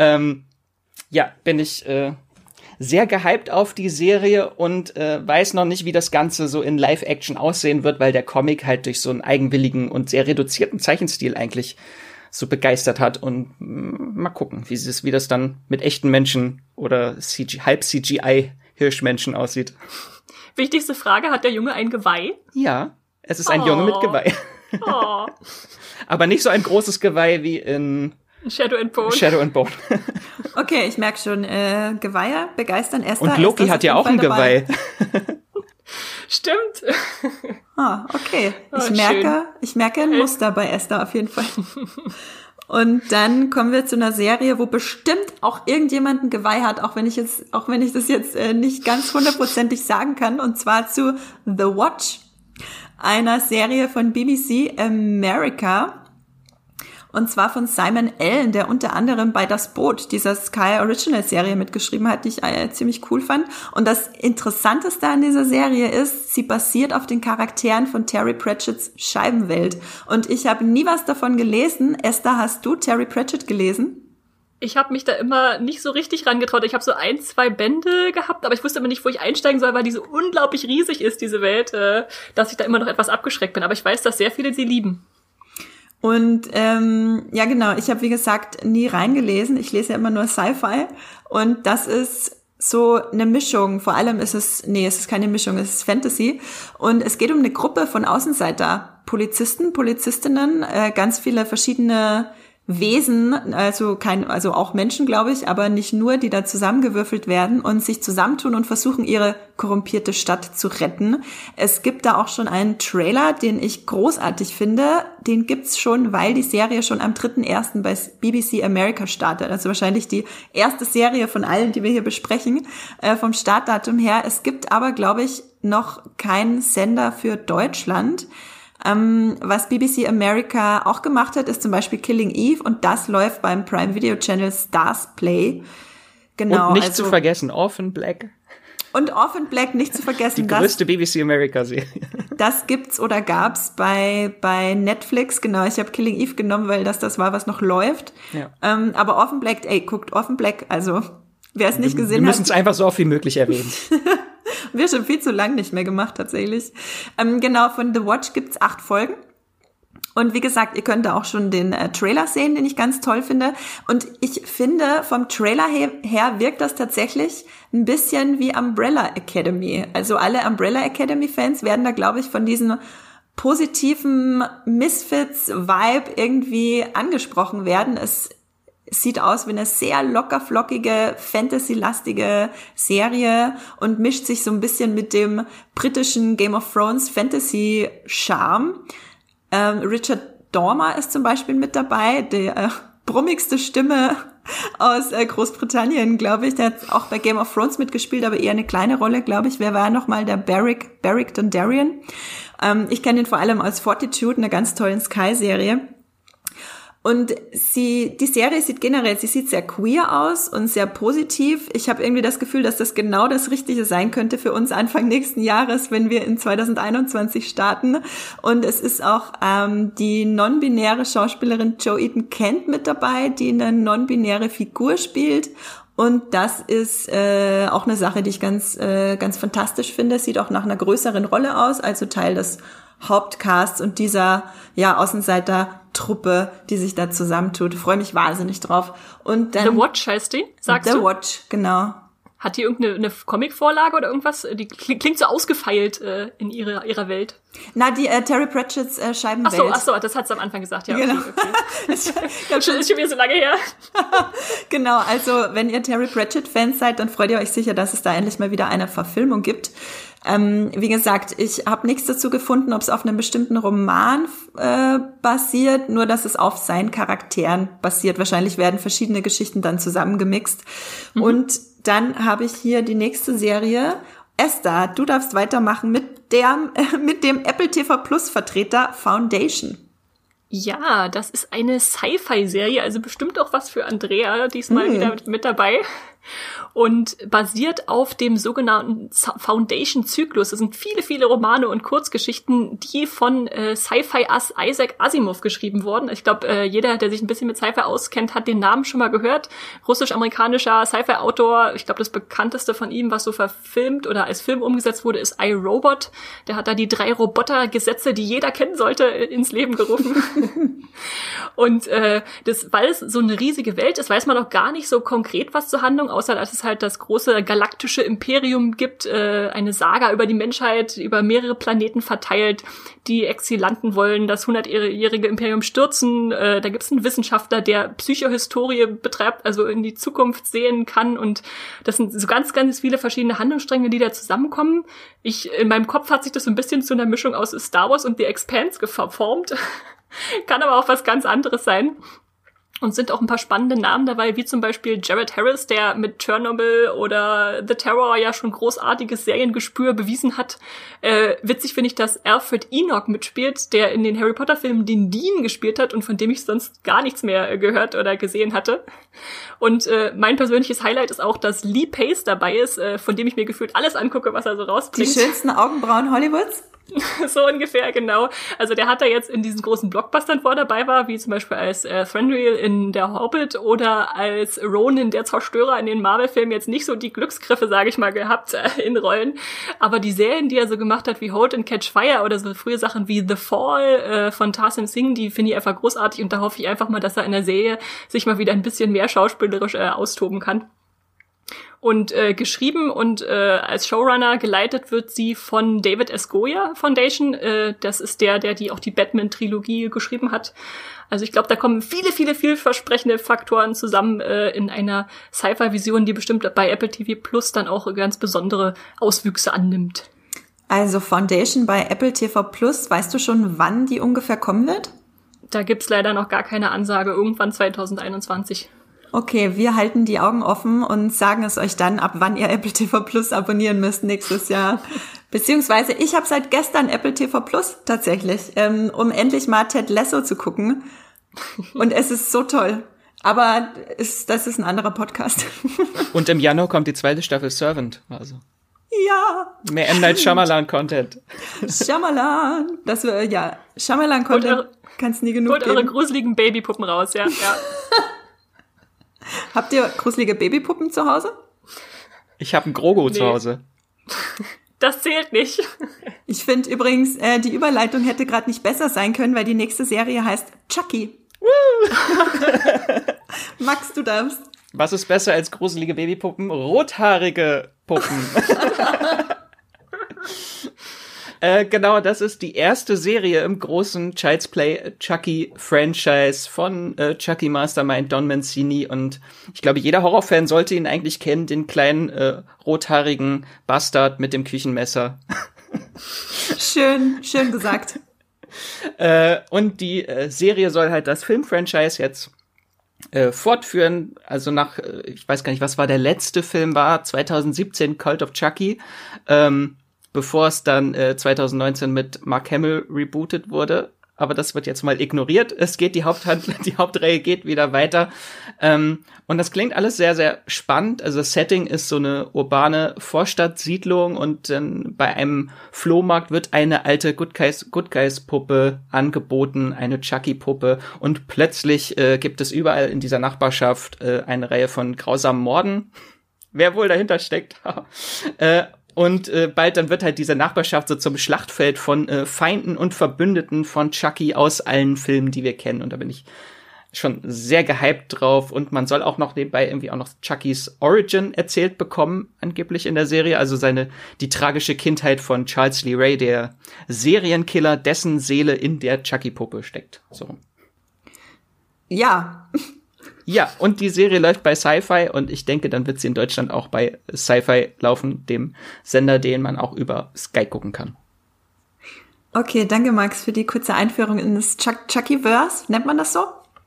Bin ich sehr gehypt auf die Serie und weiß noch nicht, wie das Ganze so in Live-Action aussehen wird, weil der Comic halt durch so einen eigenwilligen und sehr reduzierten Zeichenstil eigentlich so begeistert hat. Und mal gucken, wie das dann mit echten Menschen oder Halb-CGI-Hirschmenschen aussieht. Wichtigste Frage, hat der Junge ein Geweih? Ja, es ist ein Junge mit Geweih. Oh. Aber nicht so ein großes Geweih wie in Shadow and Bone. Okay, ich merke schon, Geweihe begeistern Esther. Und Loki hat ja auch ein Geweih. Stimmt. Okay. Ich merke ein Muster bei Esther auf jeden Fall. Und dann kommen wir zu einer Serie, wo bestimmt auch irgendjemand ein Geweih hat, auch wenn ich das jetzt nicht ganz 100%ig sagen kann, und zwar zu The Watch, einer Serie von BBC America. Und zwar von Simon Allen, der unter anderem bei Das Boot, dieser Sky Original Serie mitgeschrieben hat, die ich ziemlich cool fand. Und das Interessanteste an dieser Serie ist, sie basiert auf den Charakteren von Terry Pratchetts Scheibenwelt. Und ich habe nie was davon gelesen. Esther, hast du Terry Pratchett gelesen? Ich habe mich da immer nicht so richtig rangetraut. Ich habe so 1, 2 Bände gehabt, aber ich wusste immer nicht, wo ich einsteigen soll, weil die so unglaublich riesig ist, diese Welt, dass ich da immer noch etwas abgeschreckt bin. Aber ich weiß, dass sehr viele sie lieben. Und ja genau, ich habe wie gesagt nie reingelesen. Ich lese ja immer nur Sci-Fi und das ist so eine Mischung. Vor allem es ist keine Mischung, es ist Fantasy und es geht um eine Gruppe von Außenseiter, Polizisten, Polizistinnen, ganz viele verschiedene Wesen, also auch Menschen, glaube ich, aber nicht nur, die da zusammengewürfelt werden und sich zusammentun und versuchen, ihre korrumpierte Stadt zu retten. Es gibt da auch schon einen Trailer, den ich großartig finde. Den gibt's schon, weil die Serie schon am 3.1. bei BBC America startet. Also wahrscheinlich die erste Serie von allen, die wir hier besprechen, vom Startdatum her. Es gibt aber, glaube ich, noch keinen Sender für Deutschland. Was BBC America auch gemacht hat, ist zum Beispiel Killing Eve und das läuft beim Prime Video Channel Stars Play. Genau. Und nicht zu vergessen, Orphan Black. Und Orphan Black nicht zu vergessen. Die größte BBC America Serie. Das gibt's oder gab's bei Netflix. Genau, ich habe Killing Eve genommen, weil das war, was noch läuft. Ja. Aber Orphan Black, guckt Orphan Black, also wer es nicht gesehen hat. Wir müssen es einfach so oft wie möglich erwähnen. Wir schon viel zu lang nicht mehr gemacht, tatsächlich. Genau, von The Watch gibt's 8 Folgen. Und wie gesagt, ihr könnt da auch schon den Trailer sehen, den ich ganz toll finde. Und ich finde, vom Trailer her wirkt das tatsächlich ein bisschen wie Umbrella Academy. Also alle Umbrella Academy-Fans werden da, glaube ich, von diesem positiven Misfits-Vibe irgendwie angesprochen werden. Es sieht aus wie eine sehr lockerflockige, fantasy-lastige Serie und mischt sich so ein bisschen mit dem britischen Game of Thrones Fantasy-Charme. Richard Dormer ist zum Beispiel mit dabei, die brummigste Stimme aus Großbritannien, glaube ich. Der hat auch bei Game of Thrones mitgespielt, aber eher eine kleine Rolle, glaube ich. Wer war nochmal der Beric Dondarrion? Ich kenne ihn vor allem aus Fortitude, einer ganz tollen Sky-Serie. Und die Serie sieht generell, sie sieht sehr queer aus und sehr positiv. Ich habe irgendwie das Gefühl, dass das genau das Richtige sein könnte für uns Anfang nächsten Jahres, wenn wir in 2021 starten. Und es ist auch die non-binäre Schauspielerin Jo Eaton Kent mit dabei, die eine non-binäre Figur spielt. Und das ist auch eine Sache, die ich ganz fantastisch finde. Sieht auch nach einer größeren Rolle aus, also Teil des Hauptcasts und dieser Außenseiter-Truppe, die sich da zusammentut. Ich freue mich wahnsinnig drauf. Und dann The Watch heißt die, sagst du? The Watch, genau. Hat die irgendeine Comic-Vorlage oder irgendwas? Die klingt so ausgefeilt in ihrer Welt. Na, die Terry Pratchetts Scheibenwelt. Ach so, das hat's am Anfang gesagt, ja. Genau. Okay. Ist schon wieder so lange her. Genau, also wenn ihr Terry Pratchett-Fans seid, dann freut ihr euch sicher, dass es da endlich mal wieder eine Verfilmung gibt. Wie gesagt, ich habe nichts dazu gefunden, ob es auf einem bestimmten Roman basiert, nur dass es auf seinen Charakteren basiert. Wahrscheinlich werden verschiedene Geschichten dann zusammengemixt. Mhm. Und dann habe ich hier die nächste Serie. Esther, du darfst weitermachen mit dem Apple TV Plus Vertreter Foundation. Ja, das ist eine Sci-Fi-Serie, also bestimmt auch was für Andrea diesmal wieder mit dabei. Und basiert auf dem sogenannten Foundation-Zyklus. Das sind viele, viele Romane und Kurzgeschichten, die von Sci-Fi-Ass Isaac Asimov geschrieben wurden. Ich glaube, jeder, der sich ein bisschen mit Sci-Fi auskennt, hat den Namen schon mal gehört. Russisch-amerikanischer Sci-Fi-Autor. Ich glaube, das bekannteste von ihm, was so verfilmt oder als Film umgesetzt wurde, ist iRobot. Der hat da die 3 Robotergesetze, die jeder kennen sollte, ins Leben gerufen. Und weil es so eine riesige Welt ist, weiß man auch gar nicht so konkret was zur Handlung, außer dass es halt das große galaktische Imperium gibt, eine Saga über die Menschheit, über mehrere Planeten verteilt. Die Exilanten wollen das 100-jährige Imperium stürzen. Da gibt es einen Wissenschaftler, der Psychohistorie betreibt, also in die Zukunft sehen kann. Und das sind so ganz, ganz viele verschiedene Handlungsstränge, die da zusammenkommen. In meinem Kopf hat sich das so ein bisschen zu einer Mischung aus Star Wars und The Expanse verformt. Kann aber auch was ganz anderes sein. Und sind auch ein paar spannende Namen dabei, wie zum Beispiel Jared Harris, der mit Chernobyl oder The Terror ja schon großartiges Seriengespür bewiesen hat. Witzig finde ich, dass Alfred Enoch mitspielt, der in den Harry Potter Filmen den Dean gespielt hat und von dem ich sonst gar nichts mehr gehört oder gesehen hatte. Und mein persönliches Highlight ist auch, dass Lee Pace dabei ist, von dem ich mir gefühlt alles angucke, was er so rausbringt. Die schönsten Augenbrauen Hollywoods? So ungefähr, genau. Also der hat da jetzt in diesen großen Blockbustern vor dabei war, wie zum Beispiel als Thranduil in Der Hobbit oder als Ronan, der Zerstörer in den Marvel-Filmen jetzt nicht so die Glücksgriffe, sage ich mal, gehabt in Rollen. Aber die Serien, die er so gemacht hat, wie Hold and Catch Fire oder so frühe Sachen wie The Fall von Tarsem Singh, die finde ich einfach großartig und da hoffe ich einfach mal, dass er in der Serie sich mal wieder ein bisschen mehr schauspielerisch austoben kann. Und geschrieben und als Showrunner geleitet wird sie von David S. Goyer Foundation. Das ist der die auch die Batman-Trilogie geschrieben hat. Also ich glaube, da kommen viele, viele vielversprechende Faktoren zusammen in einer Sci-Fi-Vision, die bestimmt bei Apple TV Plus dann auch ganz besondere Auswüchse annimmt. Also Foundation bei Apple TV Plus, weißt du schon, wann die ungefähr kommen wird? Da gibt's leider noch gar keine Ansage, irgendwann 2021. Okay, wir halten die Augen offen und sagen es euch dann, ab wann ihr Apple TV Plus abonnieren müsst nächstes Jahr. Beziehungsweise ich habe seit gestern Apple TV Plus tatsächlich, um endlich mal Ted Lasso zu gucken. Und es ist so toll. Aber das ist ein anderer Podcast. Und im Januar kommt die 2. Staffel Servant. Also ja. mehr M. Night Shyamalan-Content. Shyamalan. Das wäre, ja, Shyamalan-Content kann's nie genug geben. Holt eure gruseligen Babypuppen raus, ja. Habt ihr gruselige Babypuppen zu Hause? Ich habe einen Grogo zu Hause. Das zählt nicht. Ich finde übrigens, die Überleitung hätte gerade nicht besser sein können, weil die nächste Serie heißt Chucky. Max, du darfst. Was ist besser als gruselige Babypuppen? Rothaarige Puppen. Genau, das ist die erste Serie im großen Child's Play Chucky-Franchise von Chucky Mastermind Don Mancini. Und ich glaube, jeder Horrorfan sollte ihn eigentlich kennen, den kleinen rothaarigen Bastard mit dem Küchenmesser. Schön gesagt. Und die Serie soll halt das Filmfranchise jetzt fortführen. Also nach, ich weiß gar nicht, was war der letzte Film war, 2017 Cult of Chucky, bevor es dann 2019 mit Mark Hamill rebootet wurde. Aber das wird jetzt mal ignoriert. Es geht die Hauptreihe geht wieder weiter. Und das klingt alles sehr, sehr spannend. Also das Setting ist so eine urbane Vorstadtsiedlung und bei einem Flohmarkt wird eine alte Good Guys Puppe angeboten, eine Chucky-Puppe. Und plötzlich gibt es überall in dieser Nachbarschaft eine Reihe von grausamen Morden. Wer wohl dahinter steckt? Und bald dann wird halt diese Nachbarschaft so zum Schlachtfeld von Feinden und Verbündeten von Chucky aus allen Filmen, die wir kennen. Und da bin ich schon sehr gehypt drauf. Und man soll auch noch nebenbei irgendwie auch noch Chuckys Origin erzählt bekommen, angeblich in der Serie. Also die tragische Kindheit von Charles Lee Ray, der Serienkiller, dessen Seele in der Chucky-Puppe steckt. So. Ja. Ja, und die Serie läuft bei Sci-Fi und ich denke, dann wird sie in Deutschland auch bei Sci-Fi laufen, dem Sender, den man auch über Sky gucken kann. Okay, danke Max für die kurze Einführung in das Chucky-Verse. Nennt man das so?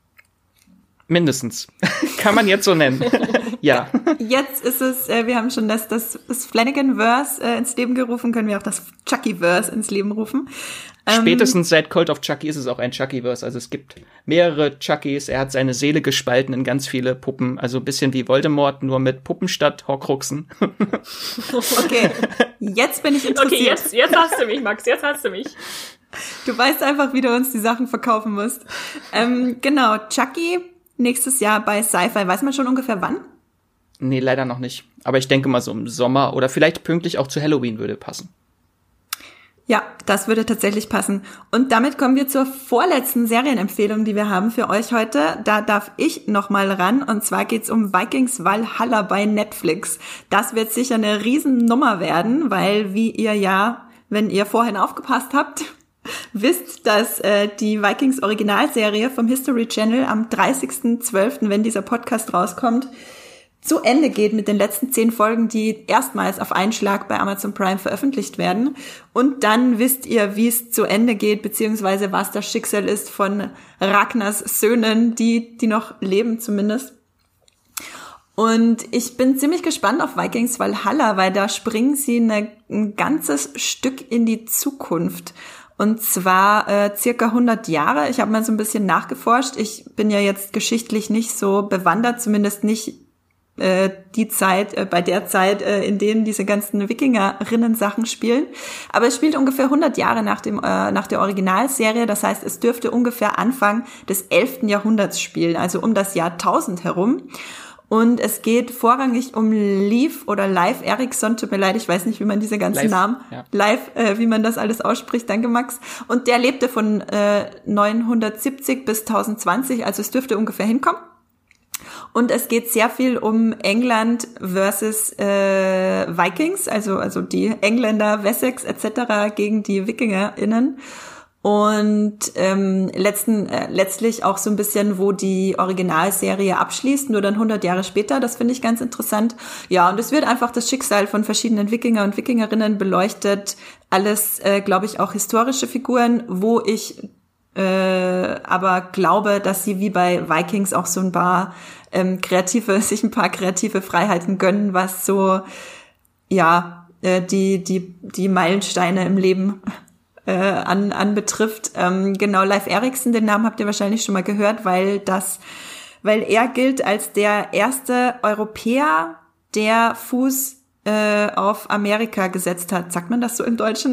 Mindestens. Kann man jetzt so nennen. Ja. Jetzt ist es, wir haben schon das Flanagan-Verse ins Leben gerufen, können wir auch das Chucky-Verse ins Leben rufen. Spätestens seit Cult of Chucky ist es auch ein Chucky-Verse. Also es gibt mehrere Chuckys. Er hat seine Seele gespalten in ganz viele Puppen. Also ein bisschen wie Voldemort, nur mit Puppen statt Horcruxen. Okay, jetzt bin ich interessiert. Okay, jetzt hast du mich, Max, jetzt hast du mich. Du weißt einfach, wie du uns die Sachen verkaufen musst. Genau, Chucky nächstes Jahr bei Sci-Fi. Weiß man schon ungefähr wann? Nee, leider noch nicht. Aber ich denke mal so im Sommer oder vielleicht pünktlich auch zu Halloween würde passen. Ja, das würde tatsächlich passen. Und damit kommen wir zur vorletzten Serienempfehlung, die wir haben für euch heute. Da darf ich noch mal ran. Und zwar geht's um Vikings Valhalla bei Netflix. Das wird sicher eine Riesennummer werden, weil wie ihr ja, wenn ihr vorhin aufgepasst habt, wisst, dass die Vikings Originalserie vom History Channel am 30.12., wenn dieser Podcast rauskommt, zu Ende geht mit den letzten 10 Folgen, die erstmals auf einen Schlag bei Amazon Prime veröffentlicht werden. Und dann wisst ihr, wie es zu Ende geht, beziehungsweise was das Schicksal ist von Ragnars Söhnen, die noch leben zumindest. Und ich bin ziemlich gespannt auf Vikings Valhalla, weil da springen sie ein ganzes Stück in die Zukunft. Und zwar circa 100 Jahre. Ich habe mal so ein bisschen nachgeforscht. Ich bin ja jetzt geschichtlich nicht so bewandert, zumindest nicht die Zeit, bei der Zeit, in denen diese ganzen Wikingerinnen-Sachen spielen. Aber es spielt ungefähr 100 Jahre nach der Originalserie. Das heißt, es dürfte ungefähr Anfang des 11. Jahrhunderts spielen, also um das Jahr 1000 herum. Und es geht vorrangig um Leif Erikson, tut mir leid, ich weiß nicht, wie man diese ganzen Namen, Leif, wie man das alles ausspricht, danke Max. Und der lebte von 970 bis 1020, also es dürfte ungefähr hinkommen. Und es geht sehr viel um England versus Vikings, also die Engländer, Wessex etc. gegen die WikingerInnen. Und letztlich auch so ein bisschen, wo die Originalserie abschließt, nur dann 100 Jahre später. Das finde ich ganz interessant. Ja, und es wird einfach das Schicksal von verschiedenen Wikinger und Wikingerinnen beleuchtet. Alles, glaube ich, auch historische Figuren, wo ich aber glaube, dass sie wie bei Vikings auch so ein paar kreative Freiheiten gönnen, was so die Meilensteine im Leben anbetrifft. Genau, Leif Erikson, den Namen habt ihr wahrscheinlich schon mal gehört, weil er gilt als der erste Europäer, der Fuß auf Amerika gesetzt hat. Sagt man das so im Deutschen?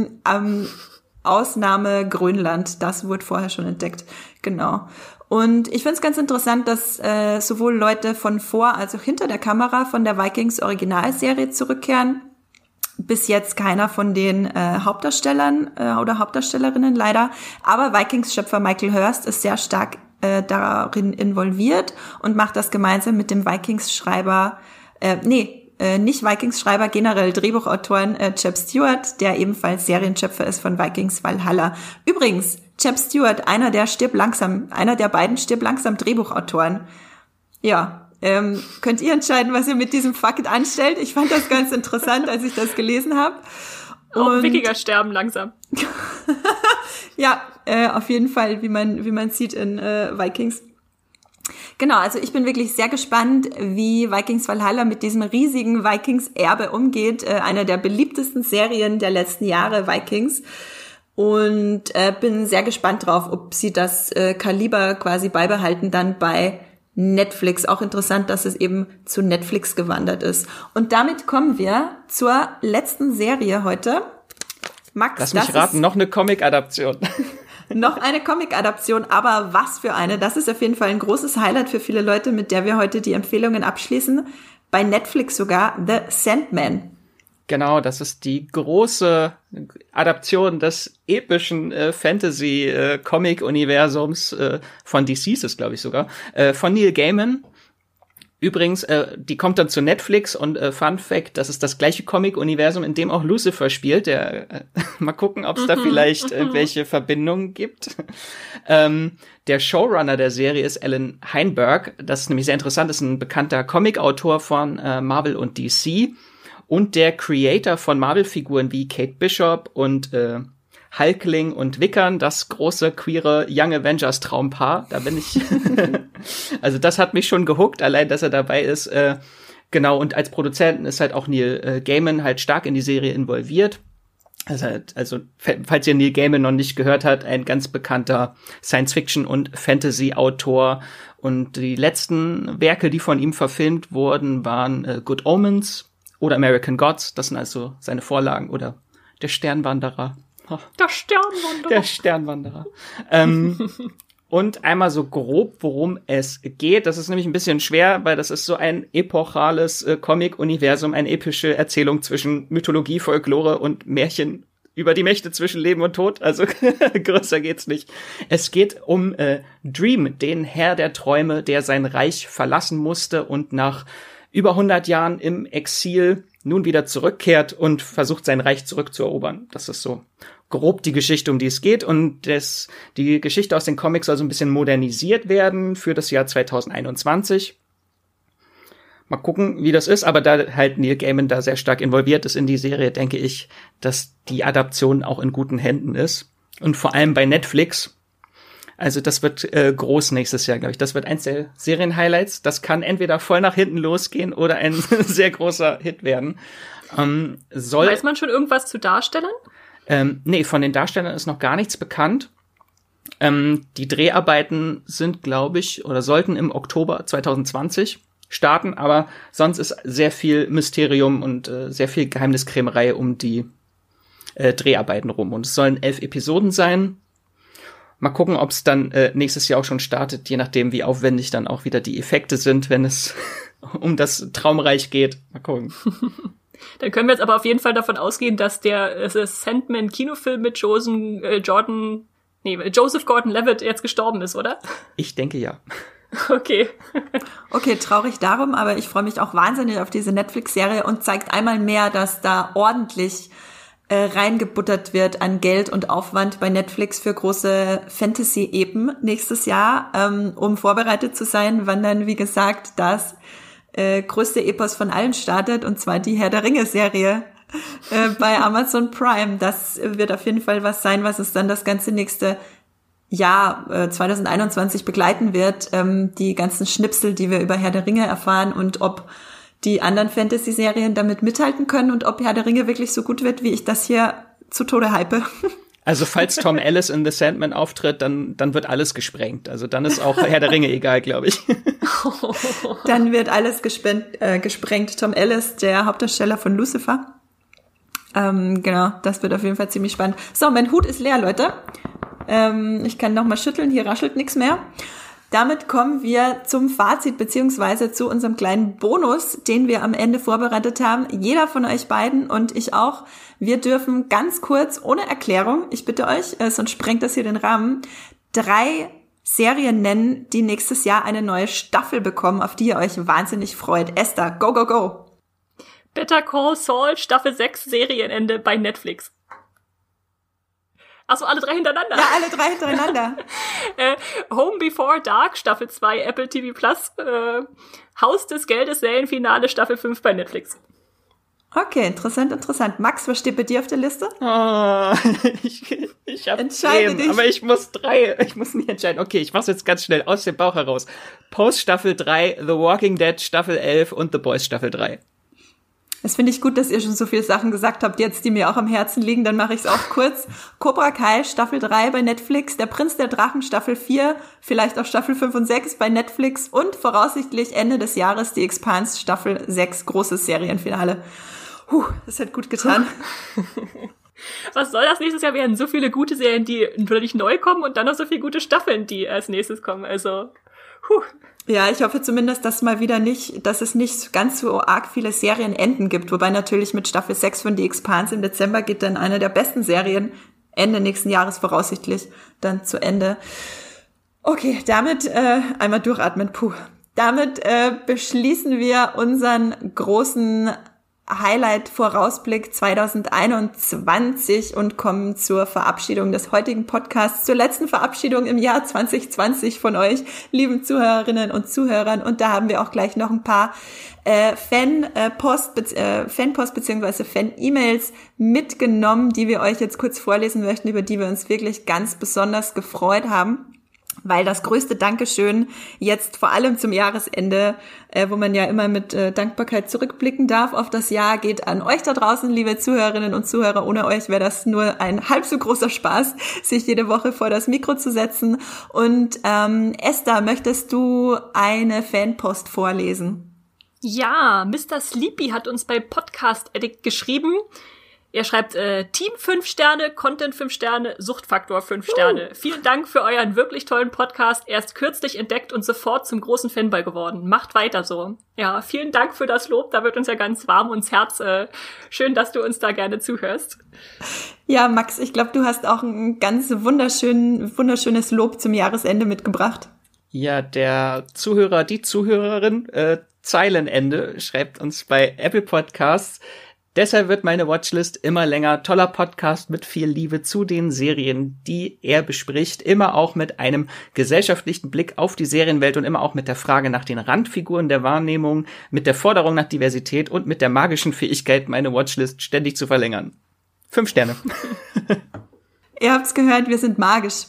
Ausnahme Grönland, das wurde vorher schon entdeckt. Genau. Und ich finde es ganz interessant, dass sowohl Leute von vor als auch hinter der Kamera von der Vikings Originalserie zurückkehren. Bis jetzt keiner von den Hauptdarstellern oder Hauptdarstellerinnen leider. Aber Vikings-Schöpfer Michael Hirst ist sehr stark darin involviert und macht das gemeinsam mit dem Vikings-Schreiber, nicht Vikings-Schreiber, generell Drehbuchautoren Chip Stewart, der ebenfalls Serienschöpfer ist von Vikings Valhalla. Übrigens, Chip Stewart, einer der beiden Stirb langsam Drehbuchautoren. Ja, könnt ihr entscheiden, was ihr mit diesem Fakt anstellt. Ich fand das ganz interessant, als ich das gelesen habe. Und Wikinger sterben langsam. Ja, auf jeden Fall, wie man sieht in Vikings. Genau, also ich bin wirklich sehr gespannt, wie Vikings Valhalla mit diesem riesigen Vikings-Erbe umgeht. Eine der beliebtesten Serien der letzten Jahre, Vikings. Und bin sehr gespannt drauf, ob sie das Kaliber quasi beibehalten dann bei Netflix. Auch interessant, dass es eben zu Netflix gewandert ist. Und damit kommen wir zur letzten Serie heute. Max, lass mich raten, noch eine Comic-Adaption. Noch eine Comic-Adaption, aber was für eine. Das ist auf jeden Fall ein großes Highlight für viele Leute, mit der wir heute die Empfehlungen abschließen. Bei Netflix sogar The Sandman. Genau, das ist die große Adaption des epischen Fantasy-Comic-Universums von DC ist es, glaube ich, sogar, von Neil Gaiman. Übrigens, die kommt dann zu Netflix und Fun Fact, das ist das gleiche Comic-Universum, in dem auch Lucifer spielt. Mal gucken, ob es da vielleicht welche Verbindungen gibt. Der Showrunner der Serie ist Alan Heinberg. Das ist nämlich sehr interessant, ist ein bekannter Comic-Autor von Marvel und DC. Und der Creator von Marvel-Figuren wie Kate Bishop und Hulkling und Wiccan, das große, queere Young Avengers Traumpaar. Da bin ich, also das hat mich schon gehuckt, allein, dass er dabei ist. Genau, und als Produzenten ist halt auch Neil Gaiman halt stark in die Serie involviert. Also, falls ihr Neil Gaiman noch nicht gehört habt, ein ganz bekannter Science-Fiction- und Fantasy-Autor. Und die letzten Werke, die von ihm verfilmt wurden, waren Good Omens oder American Gods. Das sind also seine Vorlagen. Oder Der Sternwanderer. Der Sternwanderer. Und einmal so grob, worum es geht. Das ist nämlich ein bisschen schwer, weil das ist so ein epochales Comic-Universum, eine epische Erzählung zwischen Mythologie, Folklore und Märchen über die Mächte zwischen Leben und Tod. Also größer geht's nicht. Es geht um Dream, den Herr der Träume, der sein Reich verlassen musste und nach über 100 Jahren im Exil nun wieder zurückkehrt und versucht, sein Reich zurückzuerobern. Das ist so grob die Geschichte, um die es geht. Und die Geschichte aus den Comics soll so ein bisschen modernisiert werden für das Jahr 2021. Mal gucken, wie das ist. Aber da halt Neil Gaiman da sehr stark involviert ist in die Serie, denke ich, dass die Adaption auch in guten Händen ist. Und vor allem bei Netflix. Also das wird groß nächstes Jahr, glaube ich. Das wird eins der Serien-Highlights. Das kann entweder voll nach hinten losgehen oder ein sehr großer Hit werden. Weiß man schon irgendwas zu Darstellern? Nee, von den Darstellern ist noch gar nichts bekannt. Die Dreharbeiten sind, glaube ich, oder sollten im Oktober 2020 starten, aber sonst ist sehr viel Mysterium und sehr viel Geheimniskrämerei um die Dreharbeiten rum. Und es sollen 11 Episoden sein. Mal gucken, ob es dann nächstes Jahr auch schon startet, je nachdem, wie aufwendig dann auch wieder die Effekte sind, wenn es um das Traumreich geht. Mal gucken. Dann können wir jetzt aber auf jeden Fall davon ausgehen, dass der Sandman-Kinofilm mit Joseph Gordon-Levitt jetzt gestorben ist, oder? Ich denke ja. Okay. Okay, traurig darum, aber ich freue mich auch wahnsinnig auf diese Netflix-Serie und zeigt einmal mehr, dass da ordentlich reingebuttert wird an Geld und Aufwand bei Netflix für große Fantasy-Epen nächstes Jahr, um vorbereitet zu sein, wann dann, wie gesagt, das größte Epos von allen startet, und zwar die Herr der Ringe-Serie bei Amazon Prime. Das wird auf jeden Fall was sein, was es dann das ganze nächste Jahr 2021 begleiten wird. Die ganzen Schnipsel, die wir über Herr der Ringe erfahren, und ob die anderen Fantasy-Serien damit mithalten können und ob Herr der Ringe wirklich so gut wird, wie ich das hier zu Tode hype. Also falls Tom Ellis in The Sandman auftritt, dann wird alles gesprengt. Also dann ist auch Herr der Ringe egal, glaube ich. Dann wird alles gesprengt. Tom Ellis, der Hauptdarsteller von Lucifer. Genau, das wird auf jeden Fall ziemlich spannend. So, mein Hut ist leer, Leute. Ich kann noch mal schütteln, hier raschelt nichts mehr. Damit kommen wir zum Fazit beziehungsweise zu unserem kleinen Bonus, den wir am Ende vorbereitet haben. Jeder von euch beiden und ich auch. Wir dürfen ganz kurz, ohne Erklärung, ich bitte euch, sonst sprengt das hier den Rahmen, 3 Serien nennen, die nächstes Jahr eine neue Staffel bekommen, auf die ihr euch wahnsinnig freut. Esther, go, go, go! Better Call Saul, Staffel 6, Serienende bei Netflix. Achso, alle 3 hintereinander. Ja, alle 3 hintereinander. Home Before Dark, Staffel 2, Apple TV Plus. Haus des Geldes, Serienfinale, Staffel 5 bei Netflix. Okay, interessant. Max, was steht bei dir auf der Liste? Oh, ich habe Entscheide dich. Aber ich muss mich entscheiden. Okay, ich mach's jetzt ganz schnell aus dem Bauch heraus. Post Staffel 3, The Walking Dead Staffel 11 und The Boys Staffel 3. Das finde ich gut, dass ihr schon so viele Sachen gesagt habt, jetzt, die mir auch am Herzen liegen. Dann mache ich es auch kurz. Cobra Kai, Staffel 3 bei Netflix, Der Prinz der Drachen, Staffel 4, vielleicht auch Staffel 5 und 6 bei Netflix und voraussichtlich Ende des Jahres die Expanse, Staffel 6, großes Serienfinale. Das hat gut getan. Was soll das nächstes Jahr werden? So viele gute Serien, die natürlich neu kommen, und dann noch so viele gute Staffeln, die als nächstes kommen. Also, Ja, ich hoffe zumindest, dass es nicht ganz so arg viele Serienenden gibt. Wobei natürlich mit Staffel 6 von The Expanse im Dezember geht dann eine der besten Serien Ende nächsten Jahres voraussichtlich dann zu Ende. Okay, damit einmal durchatmen. Damit beschließen wir unseren großen Highlight-Vorausblick 2021 und kommen zur Verabschiedung des heutigen Podcasts, zur letzten Verabschiedung im Jahr 2020 von euch, lieben Zuhörerinnen und Zuhörern. Und da haben wir auch gleich noch ein paar Fanpost bzw. Fan-E-Mails mitgenommen, die wir euch jetzt kurz vorlesen möchten, über die wir uns wirklich ganz besonders gefreut haben. Weil das größte Dankeschön jetzt vor allem zum Jahresende, wo man ja immer mit Dankbarkeit zurückblicken darf auf das Jahr, geht an euch da draußen, liebe Zuhörerinnen und Zuhörer. Ohne euch wäre das nur ein halb so großer Spaß, sich jede Woche vor das Mikro zu setzen. Und Esther, möchtest du eine Fanpost vorlesen? Ja, Mr. Sleepy hat uns bei Podcast Addict geschrieben. Er schreibt, Team 5 Sterne, Content 5 Sterne, Suchtfaktor 5 Sterne. Vielen Dank für euren wirklich tollen Podcast. Erst kürzlich entdeckt und sofort zum großen Fanboy geworden. Macht weiter so. Ja, vielen Dank für das Lob. Da wird uns ja ganz warm ums Herz. Schön, dass du uns da gerne zuhörst. Ja, Max, ich glaube, du hast auch ein ganz wunderschönes Lob zum Jahresende mitgebracht. Ja, der Zuhörer, die Zuhörerin, Zeilenende, schreibt uns bei Apple Podcasts: Deshalb wird meine Watchlist immer länger. Toller Podcast mit viel Liebe zu den Serien, die er bespricht. Immer auch mit einem gesellschaftlichen Blick auf die Serienwelt und immer auch mit der Frage nach den Randfiguren der Wahrnehmung, mit der Forderung nach Diversität und mit der magischen Fähigkeit, meine Watchlist ständig zu verlängern. 5 Sterne. Ihr habt's gehört, wir sind magisch.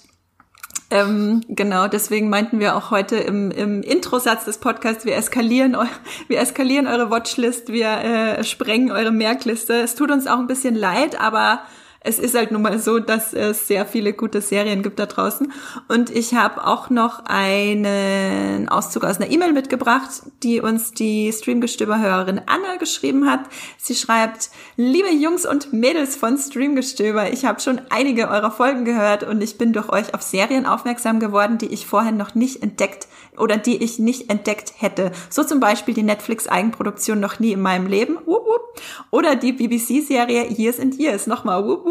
Genau, deswegen meinten wir auch heute im Introsatz des Podcasts, wir eskalieren eure Watchlist, wir sprengen eure Merkliste. Es tut uns auch ein bisschen leid, aber es ist halt nun mal so, dass es sehr viele gute Serien gibt da draußen. Und ich habe auch noch einen Auszug aus einer E-Mail mitgebracht, die uns die Streamgestöber-Hörerin Anna geschrieben hat. Sie schreibt: Liebe Jungs und Mädels von Streamgestöber, ich habe schon einige eurer Folgen gehört und ich bin durch euch auf Serien aufmerksam geworden, die ich vorher noch nicht entdeckt oder die ich nicht entdeckt hätte. So zum Beispiel die Netflix-Eigenproduktion Noch nie in meinem Leben, wup, wup, oder die BBC-Serie Years and Years, nochmal wup, wup.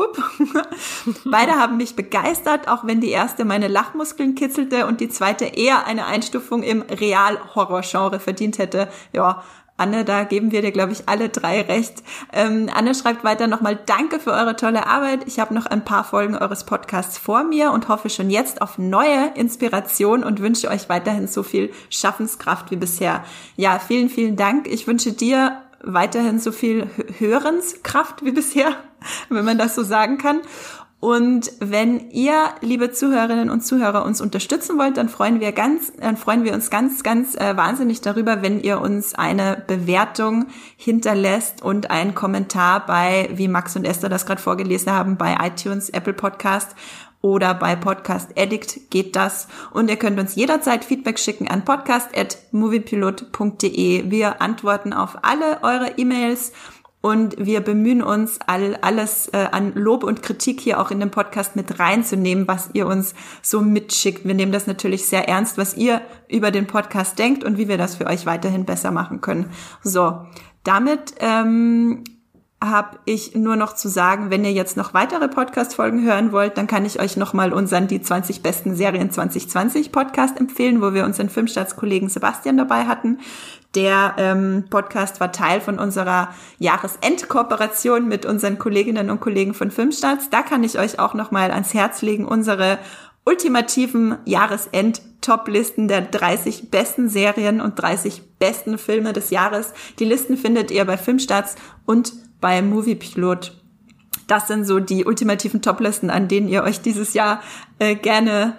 Hup. Beide haben mich begeistert, auch wenn die erste meine Lachmuskeln kitzelte und die zweite eher eine Einstufung im Real-Horror-Genre verdient hätte. Ja, Anne, da geben wir dir, glaube ich, alle 3 recht. Anne schreibt weiter nochmal, danke für eure tolle Arbeit. Ich habe noch ein paar Folgen eures Podcasts vor mir und hoffe schon jetzt auf neue Inspiration und wünsche euch weiterhin so viel Schaffenskraft wie bisher. Ja, vielen, vielen Dank. Ich wünsche dir weiterhin so viel Hörenskraft wie bisher, wenn man das so sagen kann. Und wenn ihr, liebe Zuhörerinnen und Zuhörer, uns unterstützen wollt, dann freuen wir uns ganz wahnsinnig darüber, wenn ihr uns eine Bewertung hinterlässt und einen Kommentar bei, wie Max und Esther das gerade vorgelesen haben, bei iTunes, Apple Podcast oder bei Podcast Addict geht das. Und ihr könnt uns jederzeit Feedback schicken an podcast@moviepilot.de. Wir antworten auf alle eure E-Mails. Und wir bemühen uns, alles an Lob und Kritik hier auch in den Podcast mit reinzunehmen, was ihr uns so mitschickt. Wir nehmen das natürlich sehr ernst, was ihr über den Podcast denkt und wie wir das für euch weiterhin besser machen können. So, damit habe ich nur noch zu sagen, wenn ihr jetzt noch weitere Podcast-Folgen hören wollt, dann kann ich euch nochmal unseren Die 20 besten Serien 2020 Podcast empfehlen, wo wir unseren Filmstarts-Kollegen Sebastian dabei hatten. Der Podcast war Teil von unserer Jahresendkooperation mit unseren Kolleginnen und Kollegen von Filmstarts. Da kann ich euch auch nochmal ans Herz legen, unsere ultimativen Jahresend-Top-Listen der 30 besten Serien und 30 besten Filme des Jahres. Die Listen findet ihr bei Filmstarts und bei Moviepilot. Das sind so die ultimativen Top-Listen, an denen ihr euch dieses Jahr gerne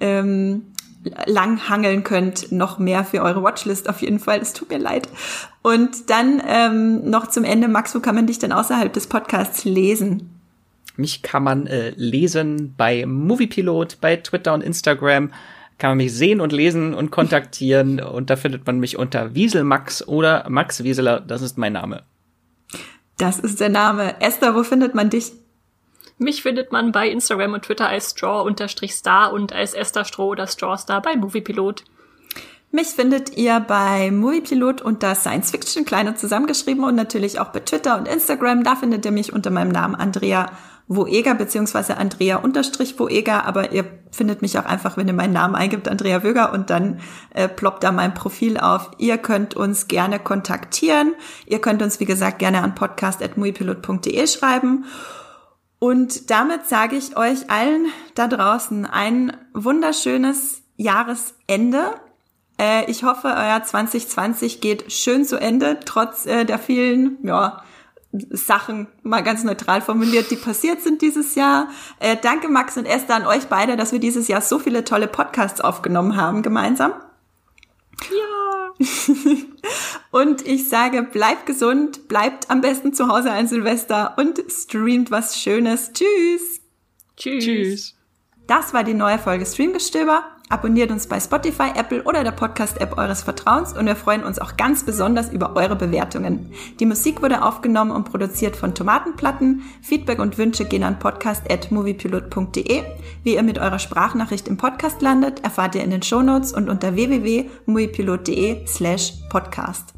lang hangeln könnt, noch mehr für eure Watchlist auf jeden Fall, es tut mir leid. Und dann noch zum Ende, Max, wo kann man dich denn außerhalb des Podcasts lesen? Mich kann man lesen bei Moviepilot, bei Twitter und Instagram, kann man mich sehen und lesen und kontaktieren und da findet man mich unter Wieselmax oder Max Wieseler, das ist mein Name. Das ist der Name. Esther, wo findet man dich? Mich findet man bei Instagram und Twitter als Straw_Star und als Esther Stroh oder Strawstar bei Moviepilot. Mich findet ihr bei Moviepilot unter Science Fiction, kleiner zusammengeschrieben und natürlich auch bei Twitter und Instagram. Da findet ihr mich unter meinem Namen Andrea Woeger bzw. Andrea_Woeger, aber ihr findet mich auch einfach, wenn ihr meinen Namen eingibt, Andrea Wöger, und dann ploppt da mein Profil auf. Ihr könnt uns gerne kontaktieren. Ihr könnt uns, wie gesagt, gerne an podcast@moviepilot.de schreiben. Und damit sage ich euch allen da draußen ein wunderschönes Jahresende. Ich hoffe, euer 2020 geht schön zu Ende, trotz der vielen Sachen, mal ganz neutral formuliert, die passiert sind dieses Jahr. Danke Max und Esther an euch beide, dass wir dieses Jahr so viele tolle Podcasts aufgenommen haben gemeinsam. Ja. Und ich sage, bleibt gesund, bleibt am besten zu Hause an Silvester und streamt was Schönes. Tschüss. Tschüss. Das war die neue Folge Streamgestöber. Abonniert uns bei Spotify, Apple oder der Podcast-App eures Vertrauens und wir freuen uns auch ganz besonders über eure Bewertungen. Die Musik wurde aufgenommen und produziert von Tomatenplatten. Feedback und Wünsche gehen an podcast@moviepilot.de. Wie ihr mit eurer Sprachnachricht im Podcast landet, erfahrt ihr in den Shownotes und unter www.moviepilot.de/podcast.